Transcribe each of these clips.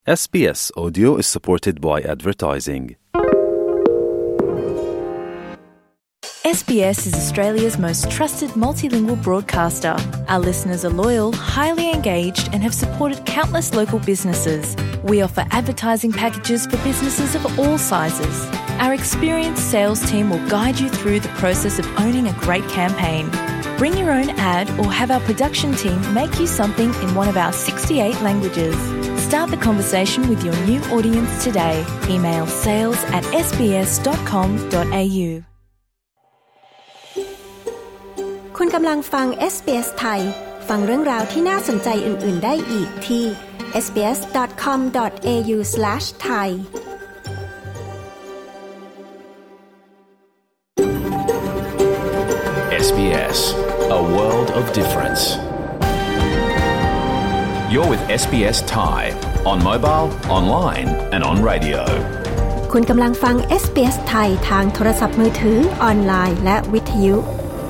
SBS Audio is supported by advertising. SBS is Australia's most trusted multilingual broadcaster. Our listeners are loyal, highly engaged and have supported countless local businesses. We offer advertising packages for businesses of all sizes. Our experienced sales team will guide you through the process of owning a great campaign. Bring your own ad or have our production team make you something in one of our 68 languages. Start the conversation with your new audience today. Email sales@sbs.com.au. คุณกำลังฟัง SBS ไทย ฟังเรื่องราวที่น่าสนใจอื่นๆได้อีกที่ sbs.com.au/thai SBS, a world of difference. You're with SBS Thai, on mobile, online and on radio. คุณกำลังฟัง SBS ไทยทางโทรศัพท์มือถือออนไลน์และวิทยุ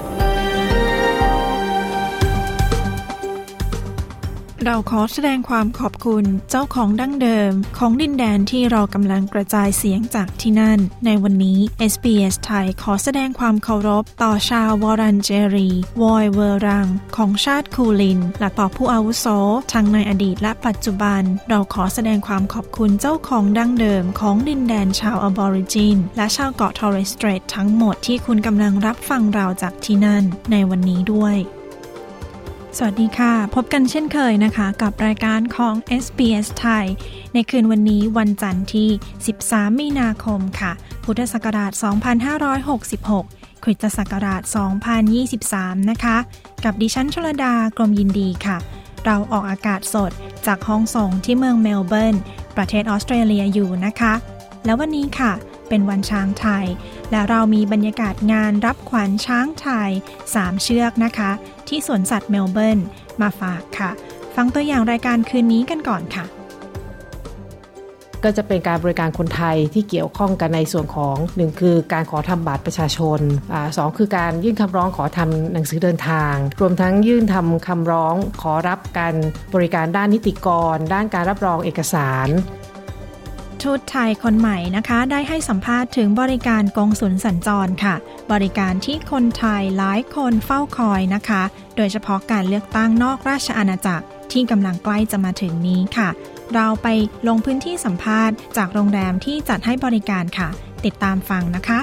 เราขอแสดงความขอบคุณเจ้าของดั้งเดิมของดินแดนที่เรากำลังกระจายเสียงจากที่นั่นในวันนี้ SBS ไทยขอแสดงความเคารพต่อชาววอรันเจรีวอยเวอรังของชาติคูลินและต่อผู้อาวุโสทั้งในอดีตและปัจจุบันเราขอแสดงความขอบคุณเจ้าของดั้งเดิมของดินแดนชาวอบอริจินและชาวเกาะทอร์เรสสเตรททั้งหมดที่คุณกำลังรับฟังเราจากที่นั่นในวันนี้ด้วยสวัสดีค่ะพบกันเช่นเคยนะคะกับรายการของ SBS ไทยในคืนวันนี้วันจันทร์ที่13มีนาคมค่ะพุทธศักราช2566คริสตศักราช2023นะคะกับดิฉันชลดากรมยินดีค่ะเราออกอากาศสดจากห้องส่งที่เมืองเมลเบิร์นประเทศออสเตรเลียอยู่นะคะแล้ววันนี้ค่ะเป็นวันช้างไทยและเรามีบรรยากาศงานรับขวัญช้างไทย3เชือกนะคะที่สวนสัตว์เมลเบิร์นมาฝากค่ะฟังตัวอย่างรายการคืนนี้กันก่อนค่ะก็จะเป็นการบริการคนไทยที่เกี่ยวข้องกันในส่วนของ1คือการขอทำบัตรประชาชน2คือการยื่นคำร้องขอทำหนังสือเดินทางรวมทั้งยื่นทำคำร้องขอรับการบริการด้านนิติกรด้านการรับรองเอกสารทูตไทยคนใหม่นะคะได้ให้สัมภาษณ์ถึงบริการกงสุลสัญจรค่ะบริการที่คนไทยหลายคนเฝ้าคอยนะคะโดยเฉพาะการเลือกตั้งนอกราชอาณาจักรที่กำลังใกล้จะมาถึงนี้ค่ะเราไปลงพื้นที่สัมภาษณ์จากโรงแรมที่จัดให้บริการค่ะติดตามฟังนะคะ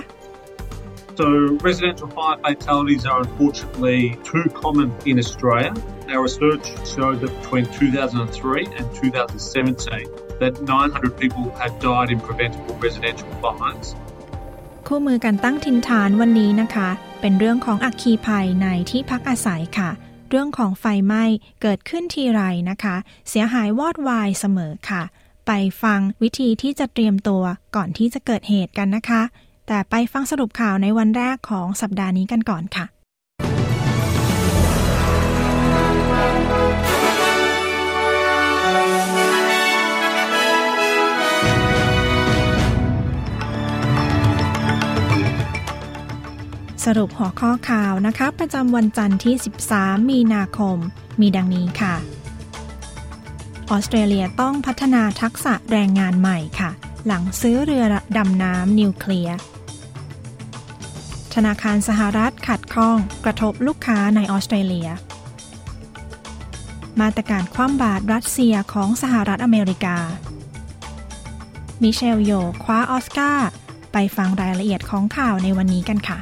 So residential fire fatalities are unfortunately too common in Australia. Our research showed that between 2003 and 2017 that 900 people had died in preventable residential fires. คู่มือการตั้งถิ่นฐานวันนี้นะคะเป็นเรื่องของอัคคีภัยในที่พักอาศัยค่ะเรื่องของไฟไหม้เกิดขึ้นทีไรนะคะเสียหายวอดวายเสมอค่ะไปฟังวิธีที่จะเตรียมตัวก่อนที่จะเกิดเหตุกันนะคะแต่ไปฟังสรุปข่าวในวันแรกของสัปดาห์นี้กันก่อนค่ะสรุปหัวข้อข่าวนะคะประจำวันจันทร์ที่13มีนาคมมีดังนี้ค่ะออสเตรเลียต้องพัฒนาทักษะแรงงานใหม่ค่ะหลังซื้อเรือดำน้ำนิวเคลียร์ธนาคารสหรัฐขัดข้องกระทบลูกค้าในออสเตรเลียมาตรการคว่ำบาตรรัสเซียของสหรัฐอเมริกามิเชลโยคว้าออสการ์ไปฟังรายละเอียดของข่าวในวันนี้กันค่ะ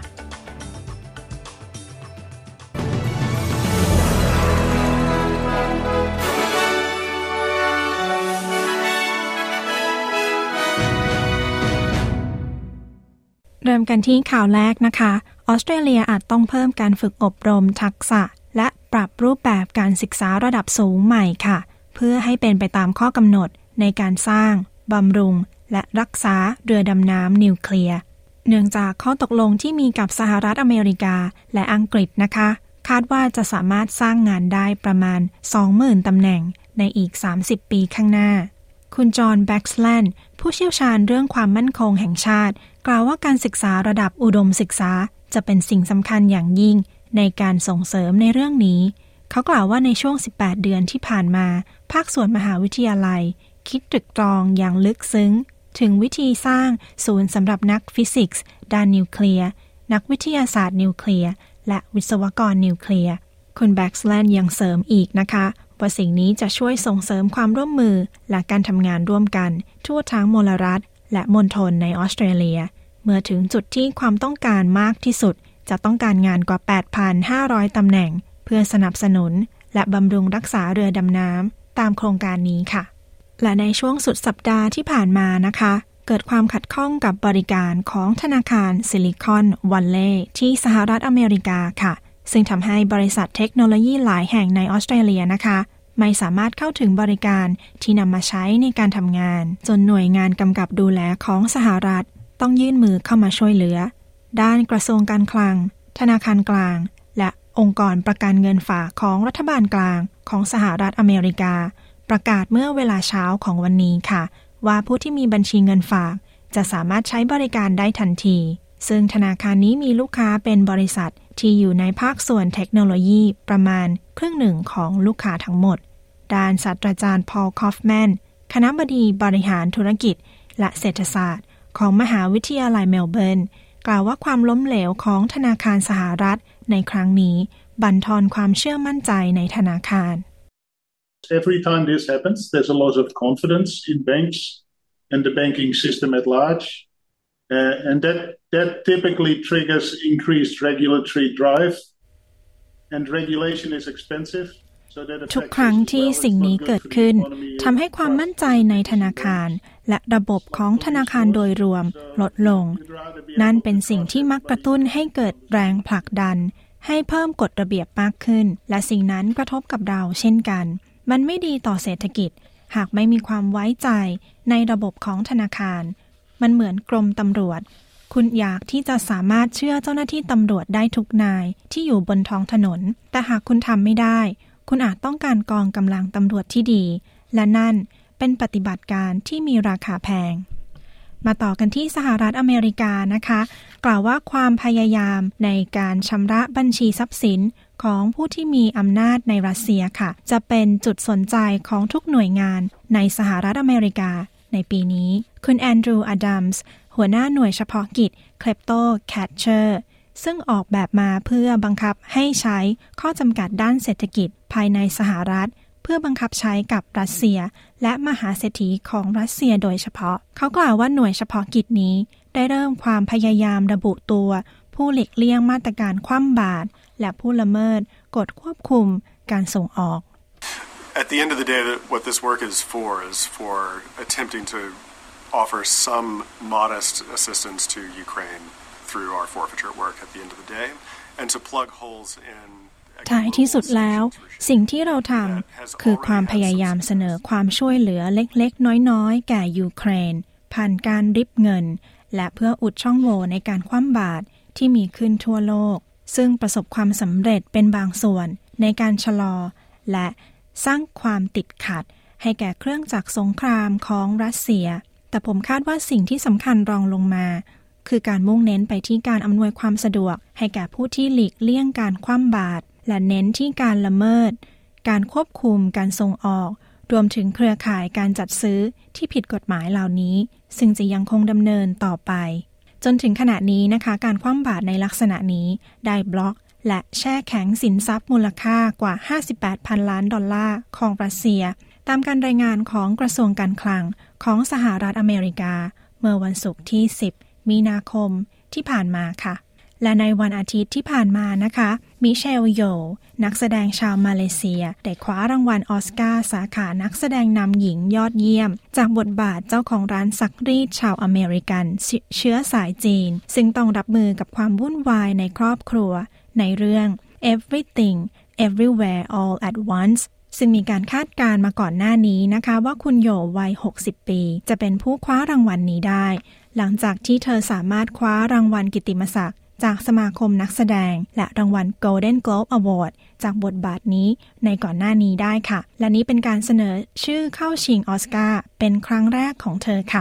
เริ่มกันที่ข่าวแรกนะคะออสเตรเลียอาจต้องเพิ่มการฝึกอบรมทักษะและปรับรูปแบบการศึกษาระดับสูงใหม่ค่ะเพื่อให้เป็นไปตามข้อกำหนดในการสร้างบำรุงและรักษาเรือดำน้ำนิวเคลียร์เนื่องจากข้อตกลงที่มีกับสหรัฐอเมริกาและอังกฤษนะคะคาดว่าจะสามารถสร้างงานได้ประมาณ 20,000 ตำแหน่งในอีก30 ปีข้างหน้าคุณจอห์นแบ็กส์แลนด์ผู้เชี่ยวชาญเรื่องความมั่นคงแห่งชาติกล่าวว่าการศึกษาระดับอุดมศึกษาจะเป็นสิ่งสำคัญอย่างยิ่งในการส่งเสริมในเรื่องนี้เขากล่าวว่าในช่วง18 เดือนที่ผ่านมาภาคส่วนมหาวิทยาลัยคิดตรึกตรองอย่างลึกซึ้งถึงวิธีสร้างศูนย์สำหรับนักฟิสิกส์ด้านนิวเคลียร์นักวิทยาศาสตร์นิวเคลียร์และวิศวกรนิวเคลียร์คุณแบ็กส์แลนด์ยังเสริมอีกนะคะว่าสิ่งนี้จะช่วยส่งเสริมความร่วมมือและการทำงานร่วมกันทั่วทั้งมลรัฐและมณฑลในออสเตรเลียเมื่อถึงจุดที่ความต้องการมากที่สุดจะต้องการงานกว่า 8,500 ตำแหน่งเพื่อสนับสนุนและบำรุงรักษาเรือดำน้ำตามโครงการนี้ค่ะและในช่วงสุดสัปดาห์ที่ผ่านมานะคะเกิดความขัดข้องกับบริการของธนาคารซิลิคอนวัลเลย์ที่สหรัฐอเมริกาค่ะซึ่งทำให้บริษัทเทคโนโลยีหลายแห่งในออสเตรเลียนะคะไม่สามารถเข้าถึงบริการที่นำมาใช้ในการทำงานจนหน่วยงานกำกับดูแลของสหรัฐต้องยื่นมือเข้ามาช่วยเหลือด้านกระทรวงการคลังธนาคารกลางและองค์กรประกันเงินฝากของรัฐบาลกลางของสหรัฐอเมริกาประกาศเมื่อเวลาเช้าของวันนี้ค่ะว่าผู้ที่มีบัญชีเงินฝากจะสามารถใช้บริการได้ทันทีซึ่งธนาคารนี้มีลูกค้าเป็นบริษัทที่อยู่ในภาคส่วนเทคโนโลยีประมาณครึ่งหนึ่งของลูกค้าทั้งหมดด้านศาสตราจารย์พอล คอฟแมนคณบดีบริหารธุรกิจและเศรษฐศาสตร์ของมหาวิทยาลัยเมลเบิร์นกล่าวว่าความล้มเหลวของธนาคารสหรัฐในครั้งนี้บั่นทอนความเชื่อมั่นใจในธนาคาร Every time this happens, there's a loss of confidence in banks and the banking system at large, and that typically triggers increased regulatory drive, and regulation is expensive. ทุกครั้งที่สิ่งนี้เกิดขึ้นทำให้ความมั่นใจในธนาคารและระบบของธนาคารโดยรวมลดลงนั่นเป็นสิ่งที่มักกระตุ้นให้เกิดแรงผลักดันให้เพิ่มกฎระเบียบมากขึ้นและสิ่งนั้นกระทบกับเราเช่นกันมันไม่ดีต่อเศรษฐกิจหากไม่มีความไว้ใจในระบบของธนาคารมันเหมือนกรมตำรวจคุณอยากที่จะสามารถเชื่อเจ้าหน้าที่ตำรวจได้ทุกนายที่อยู่บนท้องถนนแต่หากคุณทำไม่ได้คุณอาจต้องการกองกำลังตำรวจที่ดีและนั่นเป็นปฏิบัติการที่มีราคาแพงมาต่อกันที่สหรัฐอเมริกานะคะกล่าวว่าความพยายามในการชำระบัญชีทรัพย์สินของผู้ที่มีอำนาจในรัสเซียค่ะจะเป็นจุดสนใจของทุกหน่วยงานในสหรัฐอเมริกาในปีนี้คุณแอนดรูว์ อดัมส์หัวหน้าหน่วยเฉพาะกิจ Klepto Catcher ซึ่งออกแบบมาเพื่อบังคับให้ใช้ข้อจำกัดด้านเศรษฐกิจภายในสหรัฐเพื่อบังคับใช้กับรัสเซียและมหาเศรษฐีของรัสเซียโดยเฉพาะเขากล่าวว่าหน่วยเฉพาะกิจนี้ได้เริ่มความพยายามระบุตัวผู้หลีกเลี่ยงมาตรการคว่ำบาตรและผู้ละเมิดกฎควบคุมการส่งออก At the end of the day, what this work is for attempting to offer some modest assistance to Ukraine through our forfeiture work at the end of the day, and to plug holes inท้ายที่สุดแล้วสิ่งที่เราทำคือความพยายามเสนอความช่วยเหลือเล็กๆน้อยๆแก่ยูเครนผ่านการริบเงินและเพื่ออุดช่องโหว่ในการคว่ำบาตรที่มีขึ้นทั่วโลกซึ่งประสบความสำเร็จเป็นบางส่วนในการชะลอและสร้างความติดขัดให้แก่เครื่องจักรสงครามของรัสเซียแต่ผมคาดว่าสิ่งที่สำคัญรองลงมาคือการมุ่งเน้นไปที่การอำนวยความสะดวกให้แก่ผู้ที่หลีกเลี่ยงการคว่ำบาตรและเน้นที่การละเมิดการควบคุมการส่งออกรวมถึงเครือข่ายการจัดซื้อที่ผิดกฎหมายเหล่านี้ซึ่งจะยังคงดำเนินต่อไปจนถึงขณะนี้นะคะการคว่ำบาตรในลักษณะนี้ได้บล็อกและแช่แข็งสินทรัพย์มูลค่ากว่า 58,000 ล้านดอลลาร์ของรัสเซียตามการรายงานของกระทรวงการคลังของสหรัฐอเมริกาเมื่อวันศุกร์ที่10มีนาคมที่ผ่านมาค่ะและในวันอาทิตย์ที่ผ่านมานะคะมิเชลโยนักแสดงชาวมาเลเซียได้คว้ารางวัลออสการ์สาขานักแสดงนำหญิงยอดเยี่ยมจากบทบาทเจ้าของร้านซักรีดชาวอเมริกันเชื้อสายจีนซึ่งต้องรับมือกับความวุ่นวายในครอบครัวในเรื่อง Everything Everywhere All at Once ซึ่งมีการคาดการณ์มาก่อนหน้านี้นะคะว่าคุณโยวัย60ปีจะเป็นผู้คว้ารางวัลนี้ได้หลังจากที่เธอสามารถคว้ารางวัลกิตติมศักดิ์จากสมาคมนักแสดงและรางวัล Golden Globe Award จากบทบาทนี้ในก่อนหน้านี้ได้ค่ะและนี้เป็นการเสนอชื่อเข้าชิงออสการ์เป็นครั้งแรกของเธอค่ะ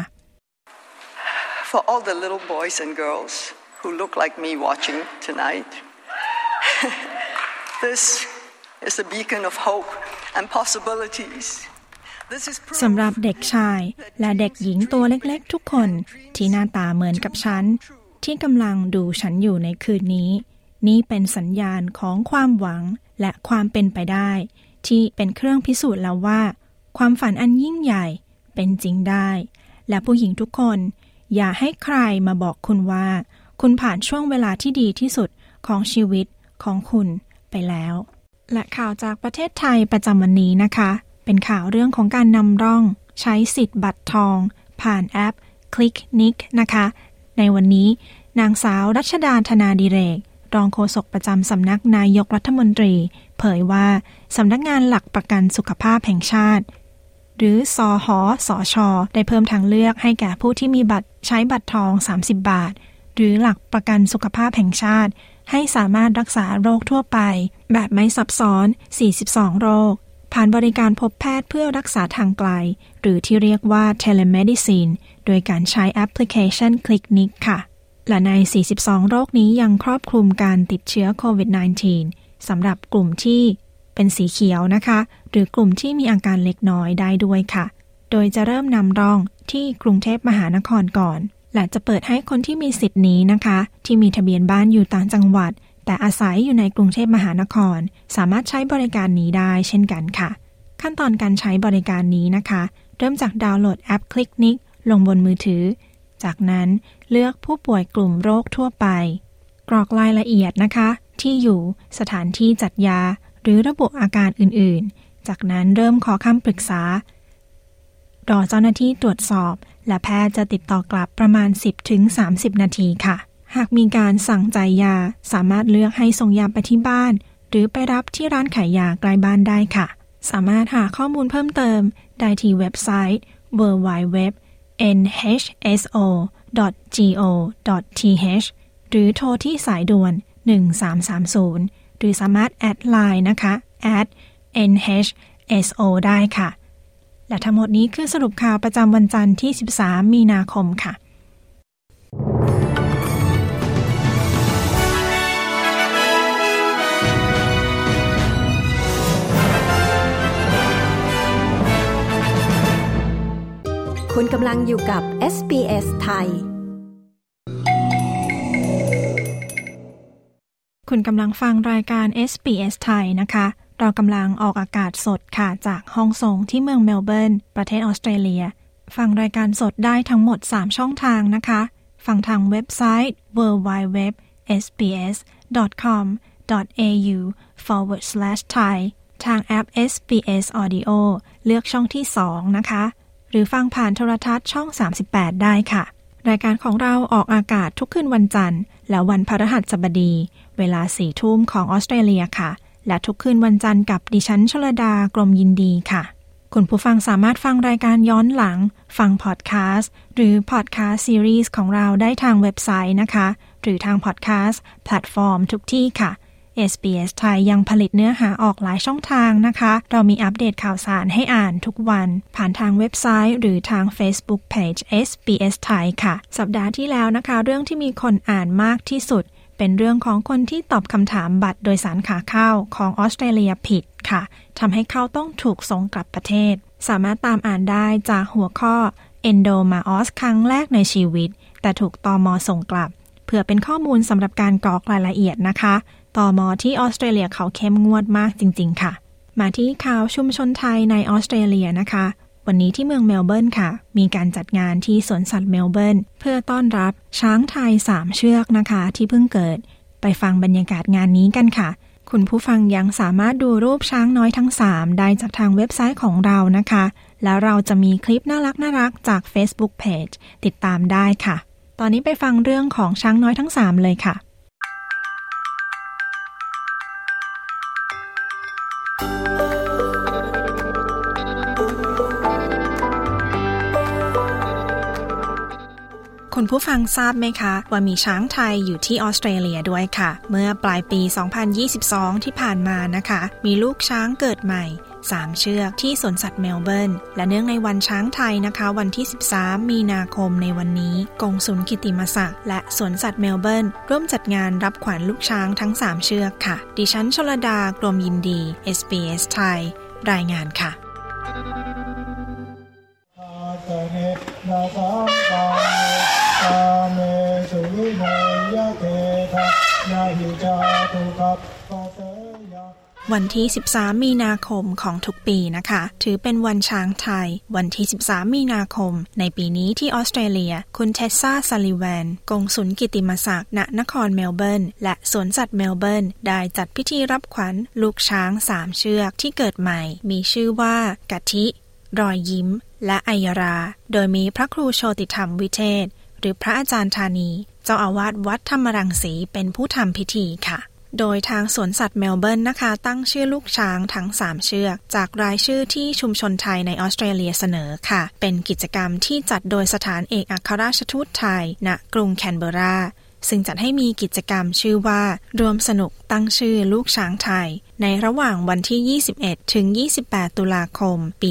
For all the little boys and girls who look like me watching tonight this is a beacon of hope and possibilities สำหรับเด็กชายและเด็กหญิงตัวเล็กๆทุกคนที่หน้าตาเหมือนกับฉันที่กำลังดูฉันอยู่ในคืนนี้นี่เป็นสัญญาณของความหวังและความเป็นไปได้ที่เป็นเครื่องพิสูจน์แล้วว่าความฝันอันยิ่งใหญ่เป็นจริงได้และผู้หญิงทุกคนอย่าให้ใครมาบอกคุณว่าคุณผ่านช่วงเวลาที่ดีที่สุดของชีวิตของคุณไปแล้วและข่าวจากประเทศไทยประจำวันนี้นะคะเป็นข่าวเรื่องของการนำร่องใช้สิทธิ์บัตรทองผ่านแอป ClickNick นะคะในวันนี้นางสาวรัชดาธนาดิเรกรองโฆษกประจำสำนักนายกรัฐมนตรีเผยว่าสำนักงานหลักประกันสุขภาพแห่งชาติหรือสหสช.ได้เพิ่มทางเลือกให้แก่ผู้ที่มีบัตรใช้บัตรทอง30 บาทหรือหลักประกันสุขภาพแห่งชาติให้สามารถรักษาโรคทั่วไปแบบไม่ซับซ้อน42โรคผ่านบริการพบแพทย์เพื่อรักษาทางไกลหรือที่เรียกว่า Telemedicine โดยการใช้แอปพลิเคชัน ClickNick ค่ะและใน42โรคนี้ยังครอบคลุมการติดเชื้อโควิด -19 สำหรับกลุ่มที่เป็นสีเขียวนะคะหรือกลุ่มที่มีอาการเล็กน้อยได้ด้วยค่ะโดยจะเริ่มนำร่องที่กรุงเทพมหานครก่อนและจะเปิดให้คนที่มีสิทธินี้นะคะที่มีทะเบียนบ้านอยู่ต่างจังหวัดแต่อาศัยอยู่ในกรุงเทพมหานครสามารถใช้บริการนี้ได้เช่นกันค่ะขั้นตอนการใช้บริการนี้นะคะเริ่มจากดาวน์โหลดแอป ClickNick ลงบนมือถือจากนั้นเลือกผู้ป่วยกลุ่มโรคทั่วไปกรอกรายละเอียดนะคะที่อยู่สถานที่จัดยาหรือระบุอาการอื่นๆจากนั้นเริ่มขอคำปรึกษารอเจ้าหน้าที่ตรวจสอบและแพทย์จะติดต่อกลับประมาณ 10-30 นาทีค่ะหากมีการสั่งจ่ายยาสามารถเลือกให้ส่งยาไปที่บ้านหรือไปรับที่ร้านขายยาใกล้บ้านได้ค่ะสามารถหาข้อมูลเพิ่มเติมได้ที่เว็บไซต์ www.nhso.go.th หรือโทรที่สายด่วน1330หรือสามารถแอดไลน์นะคะ @nhso ได้ค่ะและทั้งหมดนี้คือสรุปข่าวประจำวันจันทร์ที่13มีนาคมค่ะคุณกำลังอยู่กับ SBS ไทยคุณกำลังฟังรายการ SBS ไทยนะคะเรากำลังออกอากาศสดค่ะจากห้องส่งที่เมืองเมลเบิร์นประเทศออสเตรเลียฟังรายการสดได้ทั้งหมด3ช่องทางนะคะฟังทางเว็บไซต์ www.sbs.com.au/thai ทางแอป SBS Audio เลือกช่องที่2นะคะหรือฟังผ่านโทรทัศน์ช่อง38ได้ค่ะรายการของเราออกอากาศทุกคืนวันจันทร์และวันพฤหัสบดีเวลา 4 ทุ่มของออสเตรเลียค่ะและทุกคืนวันจันทร์กับดิฉันชลดากรมยินดีค่ะคุณผู้ฟังสามารถฟังรายการย้อนหลังฟังพอดแคสต์หรือพอดแคสต์ซีรีส์ของเราได้ทางเว็บไซต์นะคะหรือทางพอดแคสต์แพลตฟอร์มทุกที่ค่ะ SBS ไทยยังผลิตเนื้อหาออกหลายช่องทางนะคะเรามีอัปเดตข่าวสารให้อ่านทุกวันผ่านทางเว็บไซต์หรือทาง Facebook Page SBS ไทยค่ะสัปดาห์ที่แล้วนะคะเรื่องที่มีคนอ่านมากที่สุดเป็นเรื่องของคนที่ตอบคำถามบัตรโดยสารขาเข้าของออสเตรเลียผิดค่ะทำให้เขาต้องถูกส่งกลับประเทศสามารถตามอ่านได้จากหัวข้อ Endomaos ครั้งแรกในชีวิตแต่ถูกตม.ส่งกลับเพื่อเป็นข้อมูลสำหรับการกรอกรายละเอียดนะคะตม.ที่ออสเตรเลียเขาเข้มงวดมากจริงๆค่ะมาที่ข่าวชุมชนไทยในออสเตรเลียนะคะวันนี้ที่เมืองเมลเบิร์นค่ะมีการจัดงานที่สวนสัตว์เมลเบิร์นเพื่อต้อนรับช้างไทย3เชือกนะคะที่เพิ่งเกิดไปฟังบรรยากาศงานนี้กันค่ะคุณผู้ฟังยังสามารถดูรูปช้างน้อยทั้ง3ได้จากทางเว็บไซต์ของเรานะคะแล้วเราจะมีคลิปน่ารักจาก Facebook Page ติดตามได้ค่ะตอนนี้ไปฟังเรื่องของช้างน้อยทั้ง3เลยค่ะคุณผู้ฟังทราบไหมคะว่ามีช้างไทยอยู่ที่ออสเตรเลียด้วยค่ะเมื่อปลายปี 2022 ที่ผ่านมานะคะมีลูกช้างเกิดใหม่3เชือกที่สวนสัตว์เมลเบิร์นและเนื่องในวันช้างไทยนะคะวันที่13มีนาคมในวันนี้กงสุลกิติมศักดิ์และสวนสัตว์เมลเบิร์นร่วมจัดงานรับขวัญลูกช้างทั้ง3เชือกค่ะดิฉันชลดากรมยินดี SBS ไทยรายงานค่ะวันที่13มีนาคมของทุกปีนะคะถือเป็นวันช้างไทยวันที่13มีนาคมในปีนี้ที่ออสเตรเลียคุณเทสซาซัลลิแวนกงสุลกิตติมศักดิ์ณนครเมลเบิร์นและสวนสัตว์เมลเบิร์นได้จัดพิธีรับขวัญลูกช้าง3เชือกที่เกิดใหม่มีชื่อว่ากะทิรอยยิ้มและอัยราโดยมีพระครูโชติธรรมวิเทศหรือพระอาจารย์ธานีเจ้าอาวาสวัดธรรมรังสีเป็นผู้ทำพิธีค่ะโดยทางสวนสัตว์เมลเบิร์นนะคะตั้งชื่อลูกช้างทั้ง3เชือกจากรายชื่อที่ชุมชนไทยในออสเตรเลียเสนอค่ะเป็นกิจกรรมที่จัดโดยสถานเอกอัครราชทูตไทยณกรุงแคนเบอร์ราซึ่งจัดให้มีกิจกรรมชื่อว่ารวมสนุกตั้งชื่อลูกช้างไทยในระหว่างวันที่21ถึง28ตุลาคมปี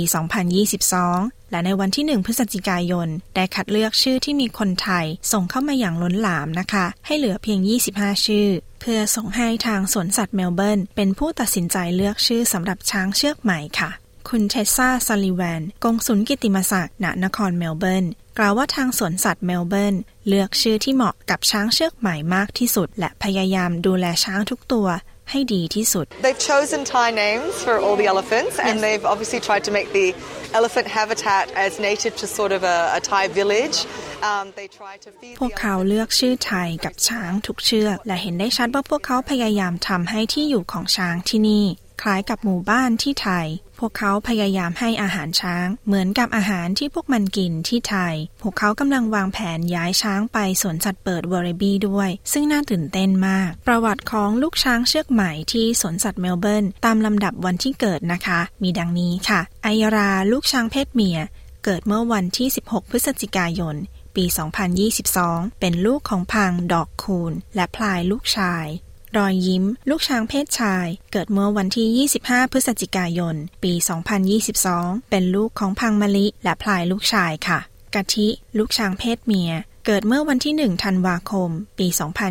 2022และในวันที่1พฤศจิกายนได้คัดเลือกชื่อที่มีคนไทยส่งเข้ามาอย่างล้นหลามนะคะให้เหลือเพียง25ชื่อเพื่อส่งให้ทางสวนสัตว์เมลเบิร์นเป็นผู้ตัดสินใจเลือกชื่อสำหรับช้างเชือกใหม่ค่ะคุณเทสซาซัลลิแวนกงสุลกิตติมศักดิ์ณนครเมลเบิร์นกล่าวว่าทางสวนสัตว์เมลเบิร์นเลือกชื่อที่เหมาะกับช้างเชือกใหม่มากที่สุดและพยายามดูแลช้างทุกตัวให้ดีที่สุด They've chosen Thai names for all the elephants and they've obviously tried to make the elephant habitat as native to sort of a Thai village. They try to feed พวกเขาเลือกชื่อไทยกับช้างทุกเชือกและเห็นได้ชัดว่าพวกเขาพยายามทำให้ที่อยู่ของช้างที่นี่คล้ายกับหมู่บ้านที่ไทยพวกเขาพยายามให้อาหารช้างเหมือนกับอาหารที่พวกมันกินที่ไทยพวกเขากำลังวางแผนย้ายช้างไปสวนสัตว์เปิดวอร์เรบีด้วยซึ่งน่าตื่นเต้นมากประวัติของลูกช้างเชือกใหม่ที่สวนสัตว์เมลเบิร์นตามลำดับวันที่เกิดนะคะมีดังนี้ค่ะอัยราลูกช้างเพศเมียเกิดเมื่อวันที่16พฤศจิกายนปี2022เป็นลูกของพังดอกคูนและพลายลูกชายรอยยิ้มลูกช้างเพศชายเกิดเมื่อวันที่25พฤศจิกายนปี2022เป็นลูกของพังมะลิและพลายลูกชายค่ะกะทิลูกช้างเพศเมียเกิดเมื่อวันที่1ธันวาคมปี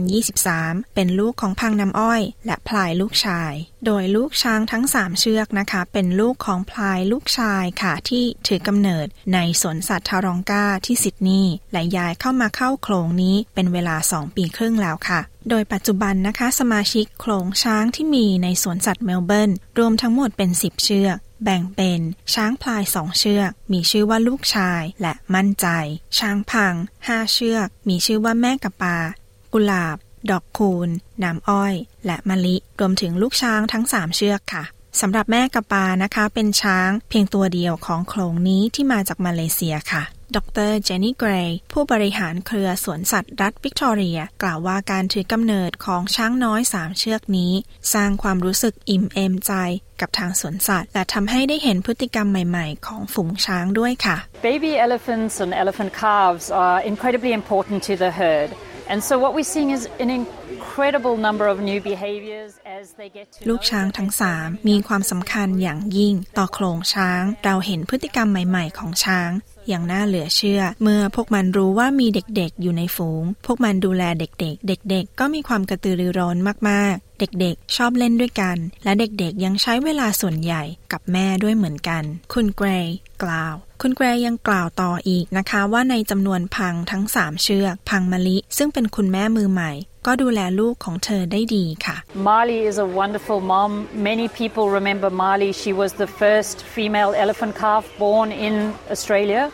2023เป็นลูกของพังน้ำอ้อยและพลายลูกชายโดยลูกช้างทั้ง3เชือกนะคะเป็นลูกของพลายลูกชายค่ะที่ถือกำเนิดในสวนสัตว์ทารองกาที่ซิดนีย์และย้ายเข้ามาเข้าโขลงนี้เป็นเวลา2ปีครึ่งแล้วค่ะโดยปัจจุบันนะคะสมาชิกโขลงช้างที่มีในสวนสัตว์เมลเบิร์นรวมทั้งหมดเป็น10เชือกแบ่งเป็นช้างพลาย2เชือกมีชื่อว่าลูกชายและมั่นใจช้างพัง5เชือกมีชื่อว่าแม่กะปากุหลาบดอกคูนน้ำอ้อยและมะลิรวมถึงลูกช้างทั้ง3เชือกค่ะสำหรับแม่กะปานะคะเป็นช้างเพียงตัวเดียวของโขลงนี้ที่มาจากมาเลเซียค่ะดร. เจนนี่เกรย์ผู้บริหารเครือสวนสัตว์รัฐวิกตอเรียกล่าวว่าการถือกำเนิดของช้างน้อย3เชือกนี้สร้างความรู้สึกอิ่มเอมใจกับทางสวนสัตว์และทำให้ได้เห็นพฤติกรรมใหม่ๆของฝูงช้างด้วยค่ะ Baby elephants and elephant calves are incredibly important to the herd and so what we're seeing is an incredible number of new behaviors as they get to ลูกช้างทั้ง3มีความสำคัญอย่างยิ่งต่อโขลงช้างเราเห็นพฤติกรรมใหม่ๆของช้างอย่างน่าเหลือเชื่อเมื่อพวกมันรู้ว่ามีเด็กๆอยู่ในฝูงพวกมันดูแลเด็กๆเด็กๆก็มีความกระตือรือร้นมากๆเด็กๆชอบเล่นด้วยกันและเด็กๆยังใช้เวลาส่วนใหญ่กับแม่ด้วยเหมือนกันคุณเกรย์กล่าวคุณเกรย์ยังกล่าวต่ออีกนะคะว่าในจำนวนพังทั้ง3เชือกพังมะลิซึ่งเป็นคุณแม่มือใหม่ก็ดูแลลูกของเธอได้ดีค่ะ Marley is a wonderful mom. Many people remember Marley. She was the first female elephant calf born in Australia.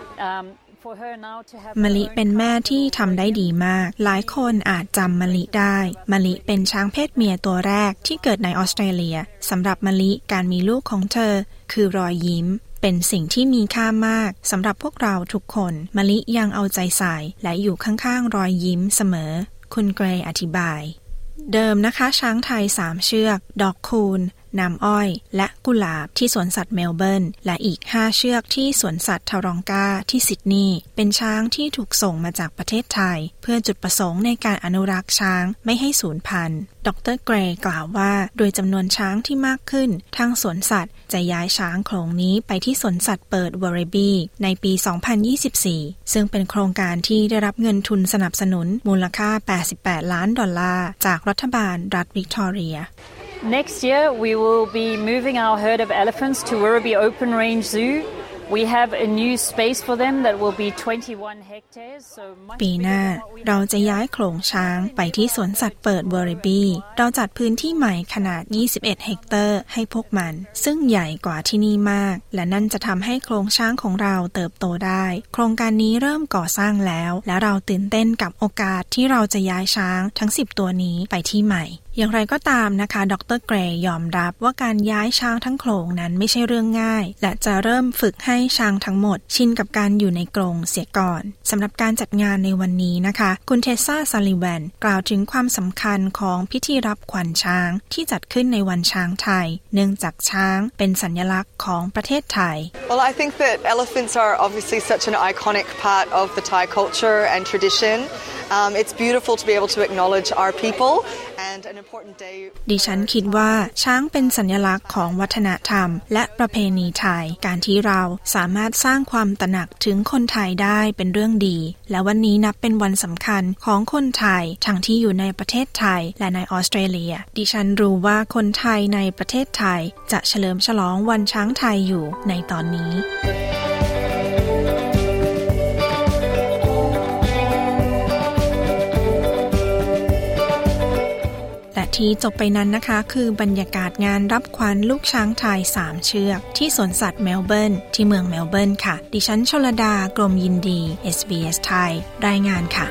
For her now to have มะลิเป็นแม่ที่ทำได้ดีมากหลายคนอาจจำมะลิได้มะลิเป็นช้างเพศเมียตัวแรกที่เกิดในออสเตรเลียสำหรับมะลิการมีลูกของเธอคือรอยยิ้มเป็นสิ่งที่มีค่ามากสำหรับพวกเราทุกคนมะลิยังเอาใจใส่และอยู่ข้างๆรอยยิ้มเสมอคุณเกรย์อธิบายเดิมนะคะช้างไทย3เชือกดอกคูนน้ำอ้อยและกุหลาบที่สวนสัตว์เมลเบิร์นและอีก5เชือกที่สวนสัตว์ทารองกาที่ซิดนีย์เป็นช้างที่ถูกส่งมาจากประเทศไทยเพื่อจุดประสงค์ในการอนุรักษ์ช้างไม่ให้สูญพันธุ์ดร. เกรย์กล่าวว่าโดยจำนวนช้างที่มากขึ้นทางสวนสัตว์จะย้ายช้างโขลงนี้ไปที่สวนสัตว์เปิดวอร์เรบีในปี2024ซึ่งเป็นโครงการที่ได้รับเงินทุนสนับสนุนมูลค่า$88 ล้านจากรัฐบาลรัฐวิกตอเรีย Next year, we will be moving our herd of elephants to Werribee Open Range Zoo, We have a new space for them that will be 21 hectares. So ปีหน้าเราจะย้ายโขลงช้างไปที่สวนสัตว์เปิดเวอริบีเราจัดพื้นที่ใหม่ขนาด21เฮกเตอร์ให้พวกมันซึ่งใหญ่กว่าที่นี่มากและนั่นจะทำให้โขลงช้างของเราเติบโตได้โครงการนี้เริ่มก่อสร้างแล้วและเราตื่นเต้นกับโอกาสที่เราจะย้ายช้างทั้ง10ตัวนี้ไปที่ใหม่อย่างไรก็ตามนะคะดร.เกรย์ยอมรับว่าการย้ายช้างทั้งโขลงนั้นไม่ใช่เรื่องง่ายและจะเริ่มฝึกให้ช้างทั้งหมดชินกับการอยู่ในกรงเสียก่อนสำหรับการจัดงานในวันนี้นะคะคุณเทซ่าซัลลิแวนกล่าวถึงความสำคัญของพิธีรับขวัญช้างที่จัดขึ้นในวันช้างไทยเนื่องจากช้างเป็นสัญลักษณ์ของประเทศไทย Well, I think that elephants are obviously such an iconic part of the Thai culture and tradition. It's beautiful to be able to acknowledge our people and an important day. ดิฉันคิดว่าช้างเป็นสัญลักษณ์ของวัฒนธรรมและประเพณีไทยการที่เราสามารถสร้างความตระหนักถึงคนไทยได้เป็นเรื่องดีและวันนี้นับเป็นวันสำคัญของคนไทยทั้งที่อยู่ในประเทศไทยและในออสเตรเลียดิฉันรู้ว่าคนไทยในประเทศไทยจะเฉลิมฉลองวันช้างไทยอยู่ในตอนนี้และที่จบไปนั้นนะคะคือบรรยากาศงานรับขวัญลูกช้างไทย3เชือกที่สวนสัตว์เมลเบิร์นที่เมืองเมลเบิร์นค่ะดิฉันชลดากรมยินดี SBS ไทยรายงานค่ะ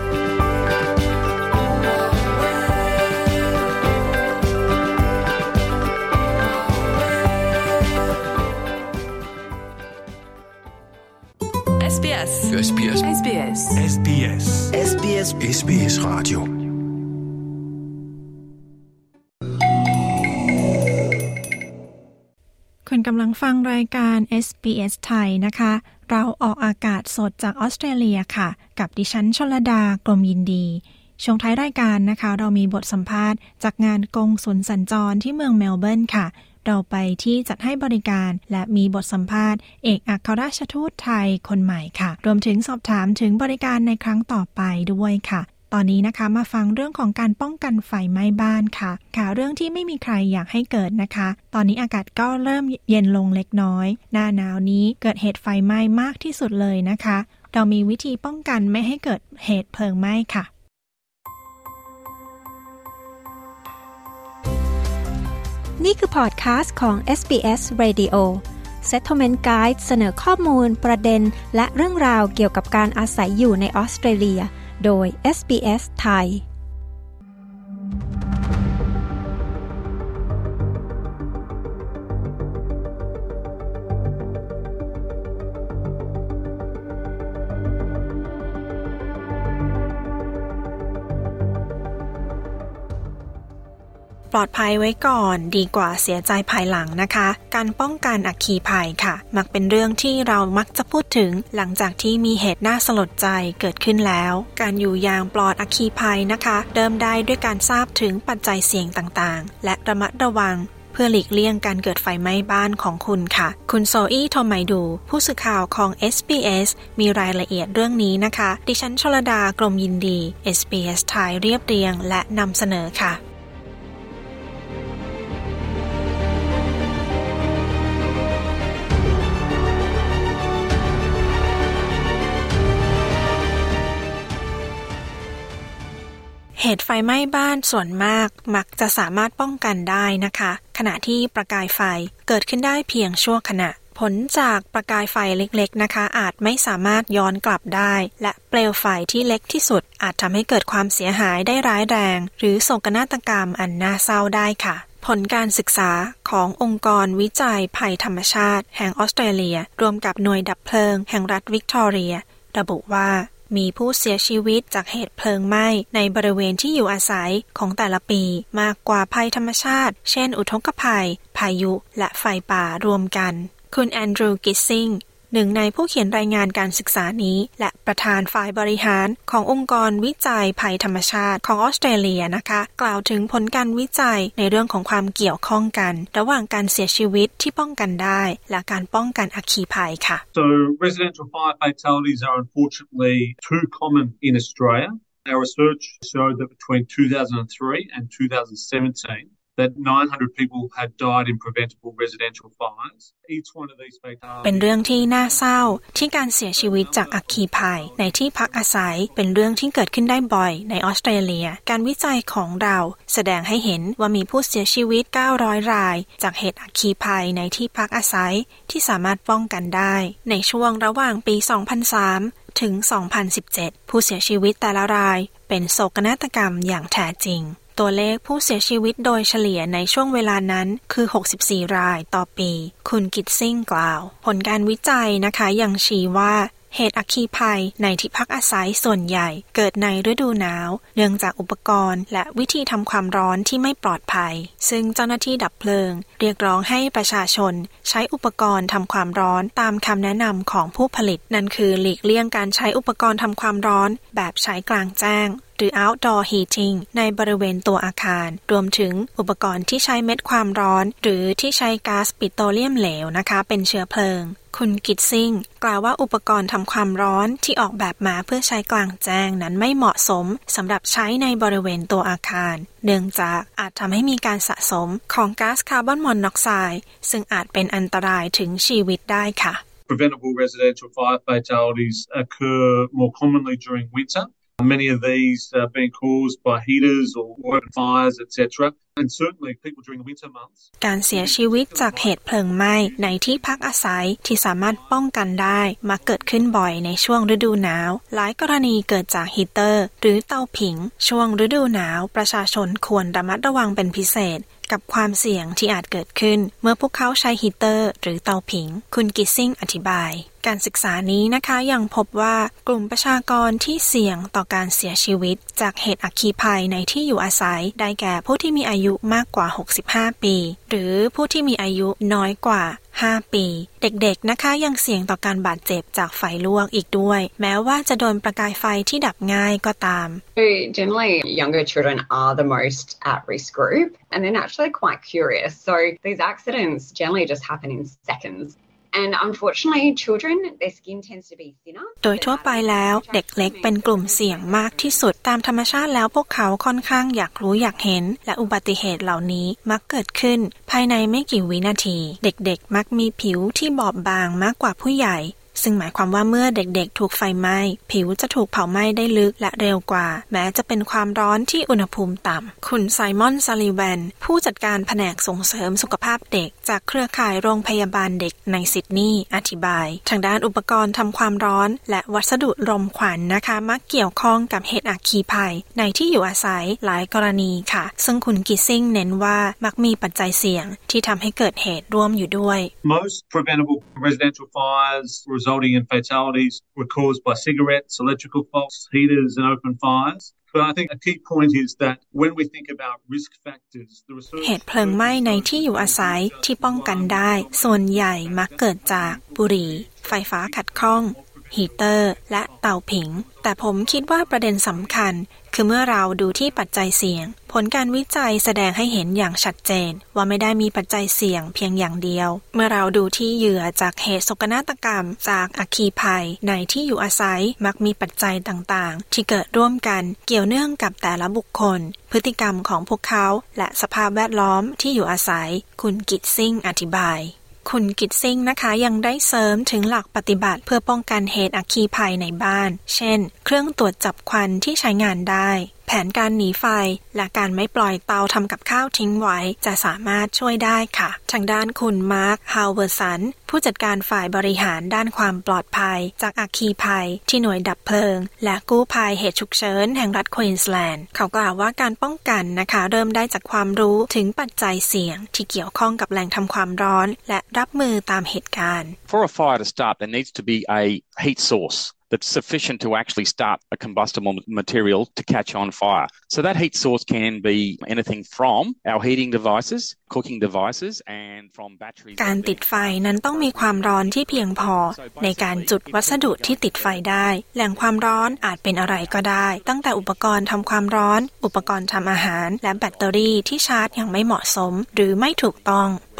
SBS SBS SBS SBS SBS SBS Radio คุณกำลังฟังรายการ SBS ไทยนะคะเราออกอากาศสดจากออสเตรเลียค่ะกับดิฉันชลดากรมยินดีช่วงท้ายรายการนะคะเรามีบทสัมภาษณ์จากงานกงสุลสัญจรที่เมืองเมลเบิร์นค่ะเราไปที่จัดให้บริการและมีบทสัมภาษณ์เอกอัครราชทูตไทยคนใหม่ค่ะรวมถึงสอบถามถึงบริการในครั้งต่อไปด้วยค่ะตอนนี้นะคะมาฟังเรื่องของการป้องกันไฟไหม้บ้านค่ะเรื่องที่ไม่มีใครอยากให้เกิดนะคะตอนนี้อากาศก็เริ่มเย็นลงเล็กน้อยหน้าหนาวนี้เกิดเหตุไฟไหม้มากที่สุดเลยนะคะเรามีวิธีป้องกันไม่ให้เกิดเหตุเพลิงไหม้ค่ะนี่คือพอดคาสต์ของ SBS Radio Settlement Guide เสนอข้อมูลประเด็นและเรื่องราวเกี่ยวกับการอาศัยอยู่ในออสเตรเลียโดย SBS ไทยปลอดภัยไว้ก่อนดีกว่าเสียใจภายหลังนะคะการป้องกันอัคคีภัยค่ะมักเป็นเรื่องที่เรามักจะพูดถึงหลังจากที่มีเหตุน่าสลดใจเกิดขึ้นแล้วการอยู่อย่างปลอดอัคคีภัยนะคะเริ่มได้ด้วยการทราบถึงปัจจัยเสี่ยงต่างๆและระมัดระวังเพื่อหลีกเลี่ยงการเกิดไฟไหม้บ้านของคุณค่ะคุณโซอี้ทอมไมดูผู้สื่อข่าวของ SBS มีรายละเอียดเรื่องนี้นะคะดิฉันชลดากรมยินดี SBS ไทยเรียบเรียงและนำเสนอค่ะเหตุไฟไหม้บ้านส่วนมากมักจะสามารถป้องกันได้นะคะขณะที่ประกายไฟเกิดขึ้นได้เพียงชั่วขณะผลจากประกายไฟเล็กๆนะคะอาจไม่สามารถย้อนกลับได้และเปลวไฟที่เล็กที่สุดอาจทำให้เกิดความเสียหายได้ร้ายแรงหรือโศกนาฏกรรมอันน่าเศร้าได้ค่ะผลการศึกษาขององค์กรวิจัยภัยธรรมชาติแห่งออสเตรเลียรวมกับหน่วยดับเพลิงแห่งรัฐวิกตอเรียระบุว่ามีผู้เสียชีวิตจากเหตุเพลิงไหม้ในบริเวณที่อยู่อาศัยของแต่ละปีมากกว่าภัยธรรมชาติเช่นอุทกภัยพายุและไฟป่ารวมกันคุณแอนดรูว์กิสซิงหนึ่งในผู้เขียนรายงานการศึกษานี้และประธานฝ่ายบริหารขององค์กรวิจัยภัยธรรมชาติของออสเตรเลียนะคะกล่าวถึงผลการวิจัยในเรื่องของความเกี่ยวข้องกันระหว่างการเสียชีวิตที่ป้องกันได้และการป้องกันอัคคีภัยค่ะ So residential fire fatalities are unfortunately too common in Australia. Our research showed that between 2003 and 2017 that 900 people had died in preventable residential fires. Each one of these fatalities เป็นเรื่องที่น่าเศร้าที่การเสียชีวิตจากอัคคีภัยในที่พักอาศัยเป็นเรื่องที่เกิดขึ้นได้บ่อยในออสเตรเลียการวิจัยของเราแสดงให้เห็นว่ามีผู้เสียชีวิต900รายจากเหตุอัคคีภัยในที่พักอาศัยที่สามารถป้องกันได้ในช่วงระหว่างปี 2003 ถึง 2017 ผู้เสียชีวิตแต่ละรายเป็นโศกนาฏกรรมอย่างแท้จริงตัวเลขผู้เสียชีวิตโดยเฉลี่ยในช่วงเวลานั้นคือ64รายต่อปีคุณกิตซิงกล่าวผลการวิจัยนะคะยังชี้ว่าเหตุอัคคีภัยในที่พักอาศัยส่วนใหญ่เกิดในฤดูหนาวเนื่องจากอุปกรณ์และวิธีทำความร้อนที่ไม่ปลอดภัยซึ่งเจ้าหน้าที่ดับเพลิงเรียกร้องให้ประชาชนใช้อุปกรณ์ทำความร้อนตามคำแนะนำของผู้ผลิตนั่นคือหลีกเลี่ยงการใช้อุปกรณ์ทำความร้อนแบบใช้กลางแจ้งหรือ outdoor heating ในบริเวณตัวอาคารรวมถึงอุปกรณ์ที่ใช้เม็ดความร้อนหรือที่ใช้ก๊าซปิโตรเลียมเหลวนะคะเป็นเชื้อเพลิงคุณกิตซิงกล่าวว่าอุปกรณ์ทำความร้อนที่ออกแบบมาเพื่อใช้กลางแจ้งนั้นไม่เหมาะสมสำหรับใช้ในบริเวณตัวอาคารเนื่องจากอาจทำให้มีการสะสมของก๊าซคาร์บอนมอนอกไซด์ซึ่งอาจเป็นอันตรายถึงชีวิตได้ค่ะ Preventable residential fire fatalities occur more commonly during winter. Many of these are being caused by heaters or open fires, etc. And certainly people during the winter months. การเสียชีวิตจากเหตุเพลิงไหม้ในที่พักอาศัยที่สามารถป้องกันได้มักเกิดขึ้นบ่อยในช่วงฤดูหนาวหลายกรณีเกิดจากฮีเตอร์หรือเตาผิงช่วงฤดูหนาวประชาชนควรระมัดระวังเป็นพิเศษกับความเสี่ยงที่อาจเกิดขึ้นเมื่อพวกเขาใช้ฮีเตอร์หรือเตาผิงคุณกิตซิงอธิบายการศึกษานี้นะคะยังพบว่ากลุ่มประชากรที่เสี่ยงต่อการเสียชีวิตจากเหตุอัคคีภัยในที่อยู่อาศัยได้แก่ผู้ที่มีอายุมากกว่า65ปีหรือผู้ที่มีอายุน้อยกว่า5ปีเด็กๆนะคะยังเสี่ยงต่อการบาดเจ็บจากไฟลวกอีกด้วยแม้ว่าจะโดนประกายไฟที่ดับง่ายก็ตาม Generally younger children are the most at risk group and they're naturally quite curious so these accidents generally just happen in seconds.And unfortunately, children, their skin tends to be thinner. โดยทั่วไปแล้วเด็กเล็กเป็นกลุ่มเสี่ยงมากที่สุดตามธรรมชาติแล้วพวกเขาค่อนข้างอยากรู้อยากเห็นและอุบัติเหตุเหล่านี้มักเกิดขึ้นภายในไม่กี่วินาทีเด็กๆมักมีผิวที่บอบบางมากกว่าผู้ใหญ่ซึ่งหมายความว่าเมื่อเด็กๆถูกไฟไหม้ผิวจะถูกเผาไหม้ได้ลึกและเร็วกว่าแม้จะเป็นความร้อนที่อุณหภูมิต่ำคุณไซมอนซัลลิแวนผู้จัดการแผนกส่งเสริมสุขภาพเด็กจากเครือข่ายโรงพยาบาลเด็กในซิดนีย์อธิบายทางด้านอุปกรณ์ทำความร้อนและวัสดุรมควันนะคะมักเกี่ยวข้องกับเหตุอัคคีภัยในที่อยู่อาศัยหลายกรณีค่ะซึ่งคุณกิตซิงเน้นว่ามักมีปัจจัยเสี่ยงที่ทำให้เกิดเหตุร่วมอยู่ด้วย Most preventable residential fires resulting in fatalities were caused by cigarettes, electrical faults, heaters and open fires. But I think a key point is that when we think about risk factors, the research เหตุเพลิงไหม้ในที่อยู่อาศัยที่ป้องกันได้ส่วนใหญ่มักเกิดจากบุหรี่ไฟฟ้าขัดข้องฮีเตอร์และเตาผิงแต่ผมคิดว่าประเด็นสำคัญคือเมื่อเราดูที่ปัจจัยเสี่ยงผลการวิจัยแสดงให้เห็นอย่างชัดเจนว่าไม่ได้มีปัจจัยเสี่ยงเพียงอย่างเดียวเมื่อเราดูที่เหยื่อจากเหตุโศกนาฏกรรมจากอัคคีภัยในที่อยู่อาศัยมักมีปัจจัยต่างๆที่เกิดร่วมกันเกี่ยวเนื่องกับแต่ละบุคคลพฤติกรรมของพวกเขาและสภาพแวดล้อมที่อยู่อาศัยคุณกิตซิงอธิบายคุณกิตซิงนะคะยังได้เสริมถึงหลักปฏิบัติเพื่อป้องกันเหตุอัคคีภัยในบ้านเช่นเครื่องตรวจจับควันที่ใช้งานได้แผนการหนีไฟและการไม่ปล่อยเตาทำกับข้าวทิ้งไว้จะสามารถช่วยได้ค่ะทางด้านคุณมาร์คฮาวเวอร์สันผู้จัดการฝ่ายบริหารด้านความปลอดภัยจากอัคคีภัยที่หน่วยดับเพลิงและกู้ภัยเหตุฉุกเฉินแห่งรัฐควีนสแลนด์เขากล่าวว่าการป้องกันนะคะเริ่มได้จากความรู้ถึงปัจจัยเสี่ยงที่เกี่ยวข้องกับแหล่งทำความร้อนและรับมือตามเหตุการณ์ For a fire to start, there needs to be a heat source.that's sufficient to actually start a combustible material to catch on fire. So that heat source can be anything from our heating devices, cooking devices and from batteries. การติดไฟนั้นต้องมีความร้อนที่เพียงพอในการจุดวัสดุที่ติดไฟได้แหล่งความร้อนอาจเป็นอะไรก็ได้ตั้งแต่อุปกรณ์ทำความร้อนอุปกรณ์ทำอาหารและแบตเตอรี่ที่ชาร์จอย่างไม่เหมาะสมหรือไม่ถูกต้องผ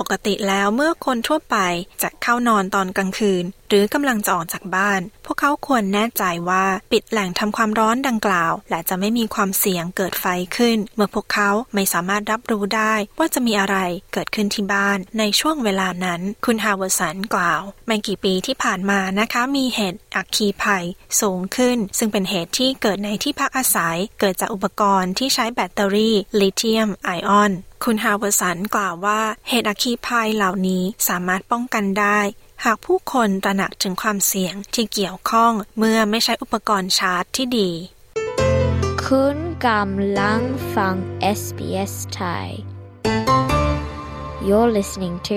กติแล้วเมื่อคนทั่วไปจะเข้านอนตอนกลางคืนหรือกำลังจะออกจากบ้านพวกเขาควรแน่ใจว่าปิดแหล่งทำความร้อนดังกล่าวและจะไม่มีความเสี่ยงเกิดไฟขึ้นเมื่อพวกเขาไม่สามารถรับรู้ได้ว่าจะมีอะไรเกิดขึ้นที่บ้านในช่วงเวลานั้นคุณฮาวเวอร์สันกล่าวไม่กี่ปีที่ผ่านมานะคะมีเหตุอัคคีภัยสูงขึ้นซึ่งเป็นเหตุที่เกิดในที่พักอาศัยเกิดจากอุปกรณ์ที่ใช้แบตเตอรี่ลิเธียมไอออนคุณฮาวเวอร์สันกล่าวว่าเหตุอัคคีภัยเหล่านี้สามารถป้องกันได้หากผู้คนตระหนักถึงความเสี่ยงที่เกี่ยวข้องเมื่อไม่ใช้อุปกรณ์ชาร์จที่ดีคุณกำลังฟัง SBS Thai You're listening to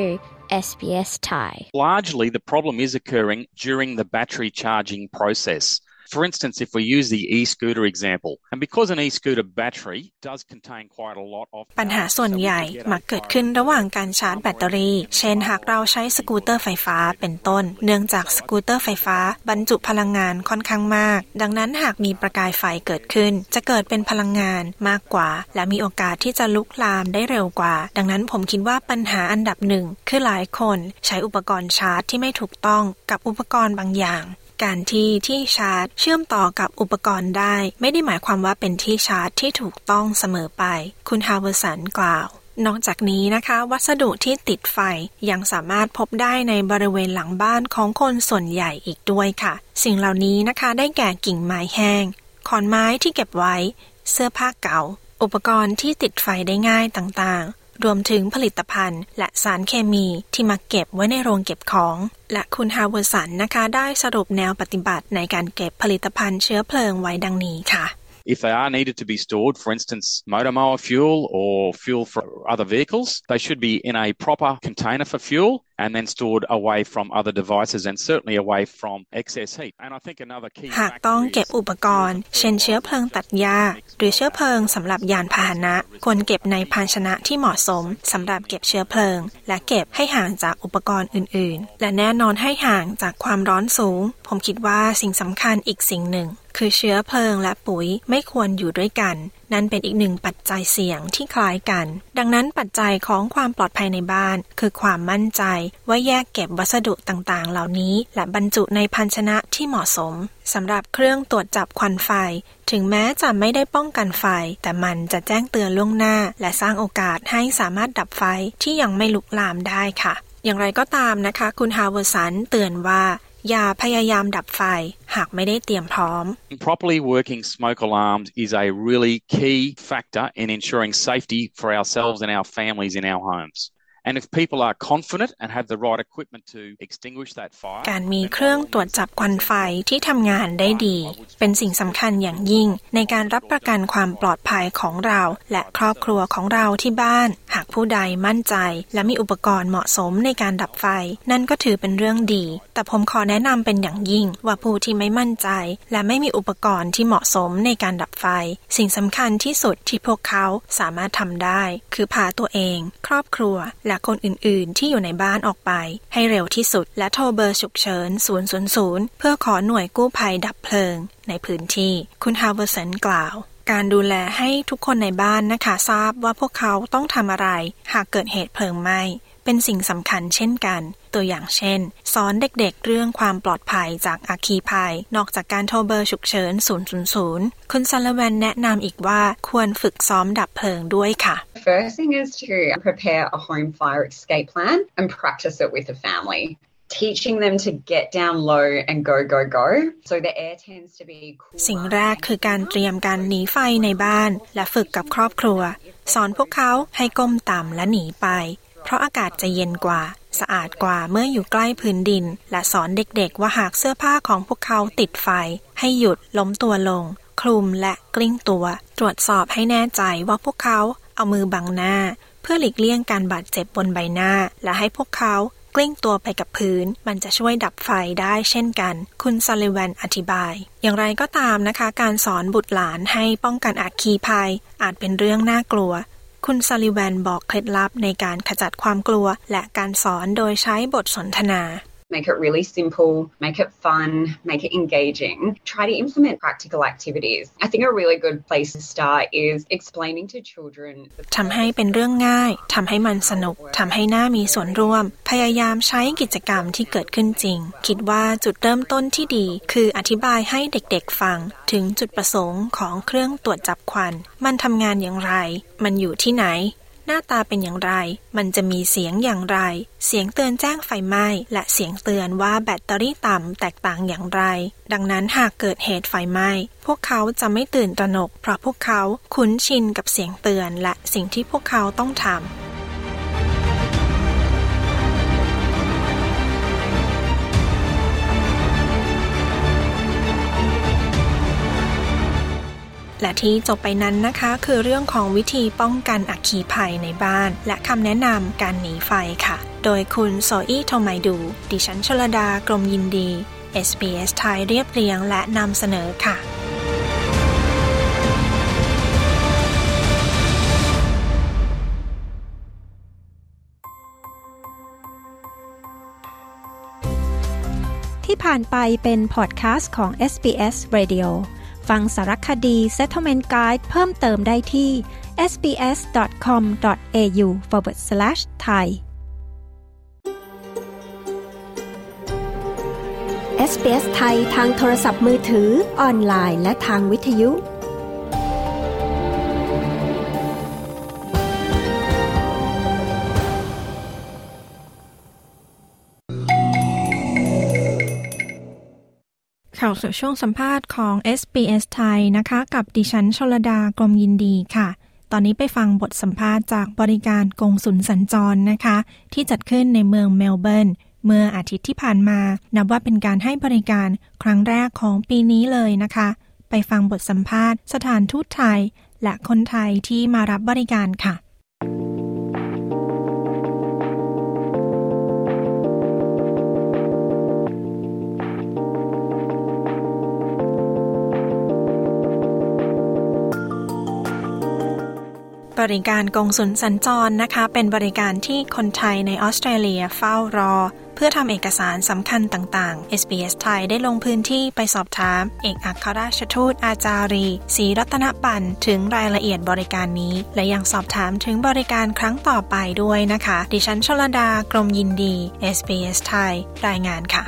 SBS Thai Largely the problem is occurring during the battery charging process.For instance, if we use the e-scooter example, and because an e-scooter battery does contain quite a lot of ปัญหาส่วนใหญ่มักเกิดขึ้นระหว่างการชาร์จแบตเตอรี่เช่นหากเราใช้สกูตเตอร์ไฟฟ้าเป็นต้นเนื่องจากสกูตเตอร์ไฟฟ้าบรรจุพลังงานค่อนข้างมากดังนั้นหากมีประกายไฟเกิดขึ้นจะเกิดเป็นพลังงานมากกว่าและมีโอกาสที่จะลุกลามได้เร็วกว่าดังนั้นผมคิดว่าปัญหาอันดับหนึ่งคือหลายคนใช้อุปกรณ์ชาร์จที่ไม่ถูกต้องกับอุปกรณ์บางอย่างการที่ชาร์จเชื่อมต่อกับอุปกรณ์ได้ไม่ได้หมายความว่าเป็นที่ชาร์จที่ถูกต้องเสมอไปคุณฮาวเวอร์สันกล่าวนอกจากนี้นะคะวัสดุที่ติดไฟยังสามารถพบได้ในบริเวณหลังบ้านของคนส่วนใหญ่อีกด้วยค่ะสิ่งเหล่านี้นะคะได้แก่กิ่งไม้แห้งขอนไม้ที่เก็บไว้เสื้อผ้าเก่าอุปกรณ์ที่ติดไฟได้ง่ายต่างๆรวมถึงผลิตภัณฑ์และสารเคมีที่มาเก็บไว้ในโรงเก็บของและคุณฮาวเวอร์สันนะคะได้สรุปแนวปฏิบัติในการเก็บผลิตภัณฑ์เชื้อเพลิงไว้ดังนี้ค่ะ If they are needed to be stored, for instance, motor mower fuel or fuel for other vehicles, they should be in a proper container for fuel and then stored away from other devices and certainly away from excess heat. And I think another key หากต้องเก็บอุปกรณ์เช่นเชื้อเพลิงตัดหญ้าหรือเชื้อเพลิงสำหรับยานพาหนะควรเก็บในภาชนะที่เหมาะสมสำหรับเก็บเชื้อเพลิงและเก็บให้ห่างจากอุปกรณ์อื่นๆและแน่นอนให้ห่างจากความร้อนสูงผมคิดว่าสิ่งสำคัญอีกสิ่งหนึ่งคือเชื้อเพลิงและปุ๋ยไม่ควรอยู่ด้วยกันนั่นเป็นอีกหนึ่งปัจจัยเสี่ยงที่คล้ายกันดังนั้นปัจจัยของความปลอดภัยในบ้านคือความมั่นใจว่าแยกเก็บวัสดุต่างๆเหล่านี้และบรรจุในภาชนะที่เหมาะสมสำหรับเครื่องตรวจจับควันไฟถึงแม้จะไม่ได้ป้องกันไฟแต่มันจะแจ้งเตือนล่วงหน้าและสร้างโอกาสให้สามารถดับไฟที่ยังไม่ลุกลามได้ค่ะอย่างไรก็ตามนะคะคุณฮาวเวอร์สันเตือนว่าอย่าพยายามดับไฟหากไม่ได้เตรียมพร้อม Properly working smoke alarms is a really key factor in ensuring safety for ourselves and our families in our homes.And if people are confident and have the right equipment to extinguish that fire การมีเครื่องตรวจจับควันไฟที่ทำงานได้ดีเป็นสิ่งสำคัญอย่างยิ่งในการรับประกันความปลอดภัยของเราและครอบครัวของเราที่บ้านหากผู้ใดมั่นใจและมีอุปกรณ์เหมาะสมในการดับไฟนั่นก็ถือเป็นเรื่องดีแต่ผมขอแนะนำเป็นอย่างยิ่งว่าผู้ที่ไม่มั่นใจและไม่มีอุปกรณ์ที่เหมาะสมในการดับไฟสิ่งสำคัญที่สุดที่พวกเขาสามารถทำได้คือพาตัวเองครอบครัวและคนอื่นๆที่อยู่ในบ้านออกไปให้เร็วที่สุดและโทรเบอร์ฉุกเฉิน000เพื่อขอหน่วยกู้ภัยดับเพลิงในพื้นที่คุณฮาวเวอร์สันกล่าวการดูแลให้ทุกคนในบ้านนะคะทราบว่าพวกเขาต้องทำอะไรหากเกิดเหตุเพลิงไหม้เป็นสิ่งสำคัญเช่นกันตัวอย่างเช่นสอนเด็กๆเรื่องความปลอดภัยจากอัคคีภัยนอกจากการโทรเบอร์ฉุกเฉิน000คุณซัลลิแวนแนะนำอีกว่าควรฝึกซ้อมดับเพลิงด้วยค่ะ First thing is to prepare a home fire escape plan and practice it with the family.Teaching them to get down low and go so the air tends to be cool สิ่งแรกคือการเตรียมการหนีไฟในบ้านและฝึกกับครอบครัวสอนพวกเขาให้ก้มต่ำและหนีไปเพราะอากาศจะเย็นกว่าสะอาดกว่าเมื่ออยู่ใกล้พื้นดินและสอนเด็กๆว่าหากเสื้อผ้าของพวกเขาติดไฟให้หยุดล้มตัวลงคลุมและกลิ้งตัวตรวจสอบให้แน่ใจว่าพวกเขาเอามือบังหน้าเพื่อหลีกเลี่ยงการบาดเจ็บบนใบหน้าและให้พวกเขากลิ้งตัวไปกับพื้นมันจะช่วยดับไฟได้เช่นกันคุณซัลลิแวนอธิบายอย่างไรก็ตามนะคะการสอนบุตรหลานให้ป้องกันอัคคีภัยอาจเป็นเรื่องน่ากลัวคุณซัลลิแวนบอกเคล็ดลับในการขจัดความกลัวและการสอนโดยใช้บทสนทนา Make it really simple, make it fun, make it engaging. Try to implement practical activities. I think a really good place to start is explaining to children ทำให้เป็นเรื่องง่ายทำให้มันสนุกทำให้น่ามีส่วนร่วมพยายามใช้กิจกรรมที่เกิดขึ้นจริงคิดว่าจุดเริ่มต้นที่ดีคืออธิบายให้เด็กๆฟังถึงจุดประสงค์ของเครื่องตรวจจับควันมันทำงานอย่างไรมันอยู่ที่ไหนหน้าตาเป็นอย่างไรมันจะมีเสียงอย่างไรเสียงเตือนแจ้งไฟไหม้และเสียงเตือนว่าแบตเตอรี่ต่ำแตกต่างอย่างไรดังนั้นหากเกิดเหตุไฟไหม้พวกเขาจะไม่ตื่นตระหนกเพราะพวกเขาคุ้นชินกับเสียงเตือนและสิ่งที่พวกเขาต้องทำและที่จบไปนั้นนะคะคือเรื่องของวิธีป้องกันอัคคีภัยในบ้านและคำแนะนำการหนีไฟค่ะโดยคุณโซอี้โทไมดูดิฉันชลดากรมยินดี SBS ไทยเรียบเรียงและนำเสนอค่ะที่ผ่านไปเป็นพอดแคสต์ของ SBS Radioฟังสารคดี Settlement Guide เพิ่มเติมได้ที่ sbs.com.au/thai SBS ไทยทางโทรศัพท์มือถือออนไลน์และทางวิทยุเข้าสู่ช่วงสัมภาษณ์ของ SBS ไทยนะคะกับดิฉันชลดากรมยินดีค่ะตอนนี้ไปฟังบทสัมภาษณ์จากบริการกงสุลสัญจรนะคะที่จัดขึ้นในเมืองเมลเบิร์นเมื่ออาทิตย์ที่ผ่านมานับว่าเป็นการให้บริการครั้งแรกของปีนี้เลยนะคะไปฟังบทสัมภาษณ์สถานทูตไทยและคนไทยที่มารับบริการค่ะบริการกงสุลสัญจรนะคะเป็นบริการที่คนไทยในออสเตรเลียเฝ้ารอเพื่อทำเอกสารสำคัญต่างๆ SBS ไทยได้ลงพื้นที่ไปสอบถามเอกอัครราชทูตอาจารีศรีรัตนปันถึงรายละเอียดบริการนี้และยังสอบถามถึงบริการครั้งต่อไปด้วยนะคะดิฉันชลดากรมยินดี SBS ไทยรายงานค่ะ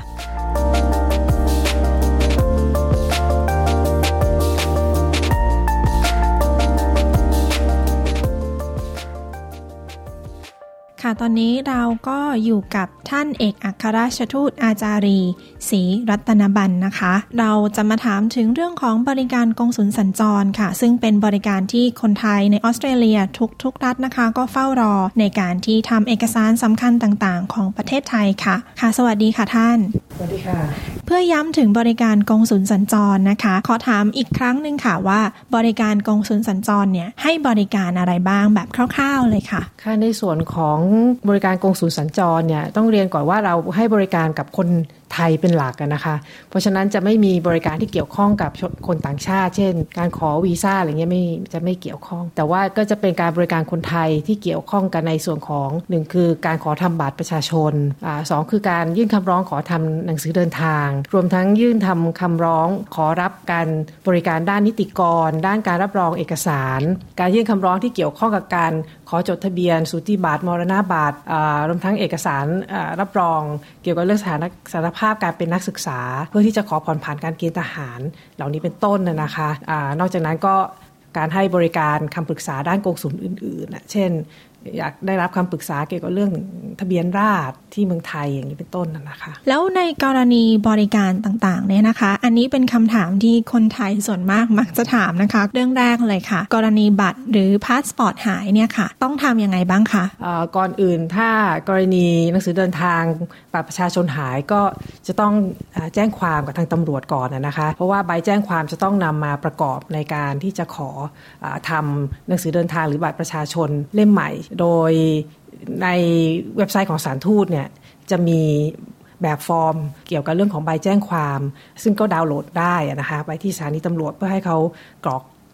ตอนนี้เราก็อยู่กับท่านเอกอัครราชทูตอาจารีศรีรัตนบัณฑ์นะคะเราจะมาถามถึงเรื่องของบริการกงสุลสัญจรค่ะซึ่งเป็นบริการที่คนไทยในออสเตรเลียทุกรัฐนะคะก็เฝ้ารอในการที่ทำเอกสารสำคัญต่างๆของประเทศไทยค่ะสวัสดีค่ะท่านสวัสดีค่ะเพื่อย้ำถึงบริการกงสุลสัญจรนะคะขอถามอีกครั้งนึงค่ะว่าบริการกงสุลสัญจรเนี่ยให้บริการอะไรบ้างแบบคร่าวๆเลยค่ะในส่วนของบริการกงสุลสัญจรเนี่ยต้องเรียนก่อนว่าเราให้บริการกับคนไทยเป็นหลักนะคะเพราะฉะนั้นจะไม่มีบริการที่เกี่ยวข้องกับคนต่างชาติเช่นการขอวีซ่าอะไรเงี้ยจะไม่เกี่ยวข้องแต่ว่าก็จะเป็นการบริการคนไทยที่เกี่ยวข้องกันในส่วนของ1คือการขอทำบัตรประชาชน2คือการยื่นคำร้องขอทำหนังสือเดินทางรวมทั้งยื่นทำคำร้องขอรับการบริการด้านนิติกรด้านการรับรองเอกสารการยื่นคำร้องที่เกี่ยวข้องกับการขอจดทะเบียนสูติบัตรมรณบัตรรวมทั้งเอกสารรับรองเกี่ยวกับเรื่องสถานภาพการเป็นนักศึกษาเพื่อที่จะขอผ่อนผันการเกณฑ์ทหารเหล่านี้เป็นต้นนะคะนอกจากนั้นก็การให้บริการคำปรึกษาด้านกงสุลอื่นๆเช่นอยากได้รับคำปรึกษาเกี่ยวกับเรื่องทะเบียนราษฎร์ที่เมืองไทยอย่างนี้เป็นต้นนะคะแล้วในกรณีบริการต่างๆเนี่ยนะคะอันนี้เป็นคำถามที่คนไทยส่วนมากมักจะถามนะคะเรื่องแรกเลยค่ะกรณีบัตรหรือพาสปอร์ตหายเนี่ยค่ะต้องทำยังไงบ้างคะก่อนอื่นถ้ากรณีหนังสือเดินทางบัตรประชาชนหายก็จะต้องแจ้งความกับทางตำรวจก่อนนะคะเพราะว่าใบแจ้งความจะต้องนำมาประกอบในการที่จะขอทำหนังสือเดินทางหรือบัตรประชาชนเล่มใหม่โดยในเว็บไซต์ของสถานทูตเนี่ยจะมีแบบฟอร์มเกี่ยวกับเรื่องของใบแจ้งความซึ่งก็ดาวน์โหลดได้นะคะไปที่สถานีตำรวจเพื่อให้เขากรอก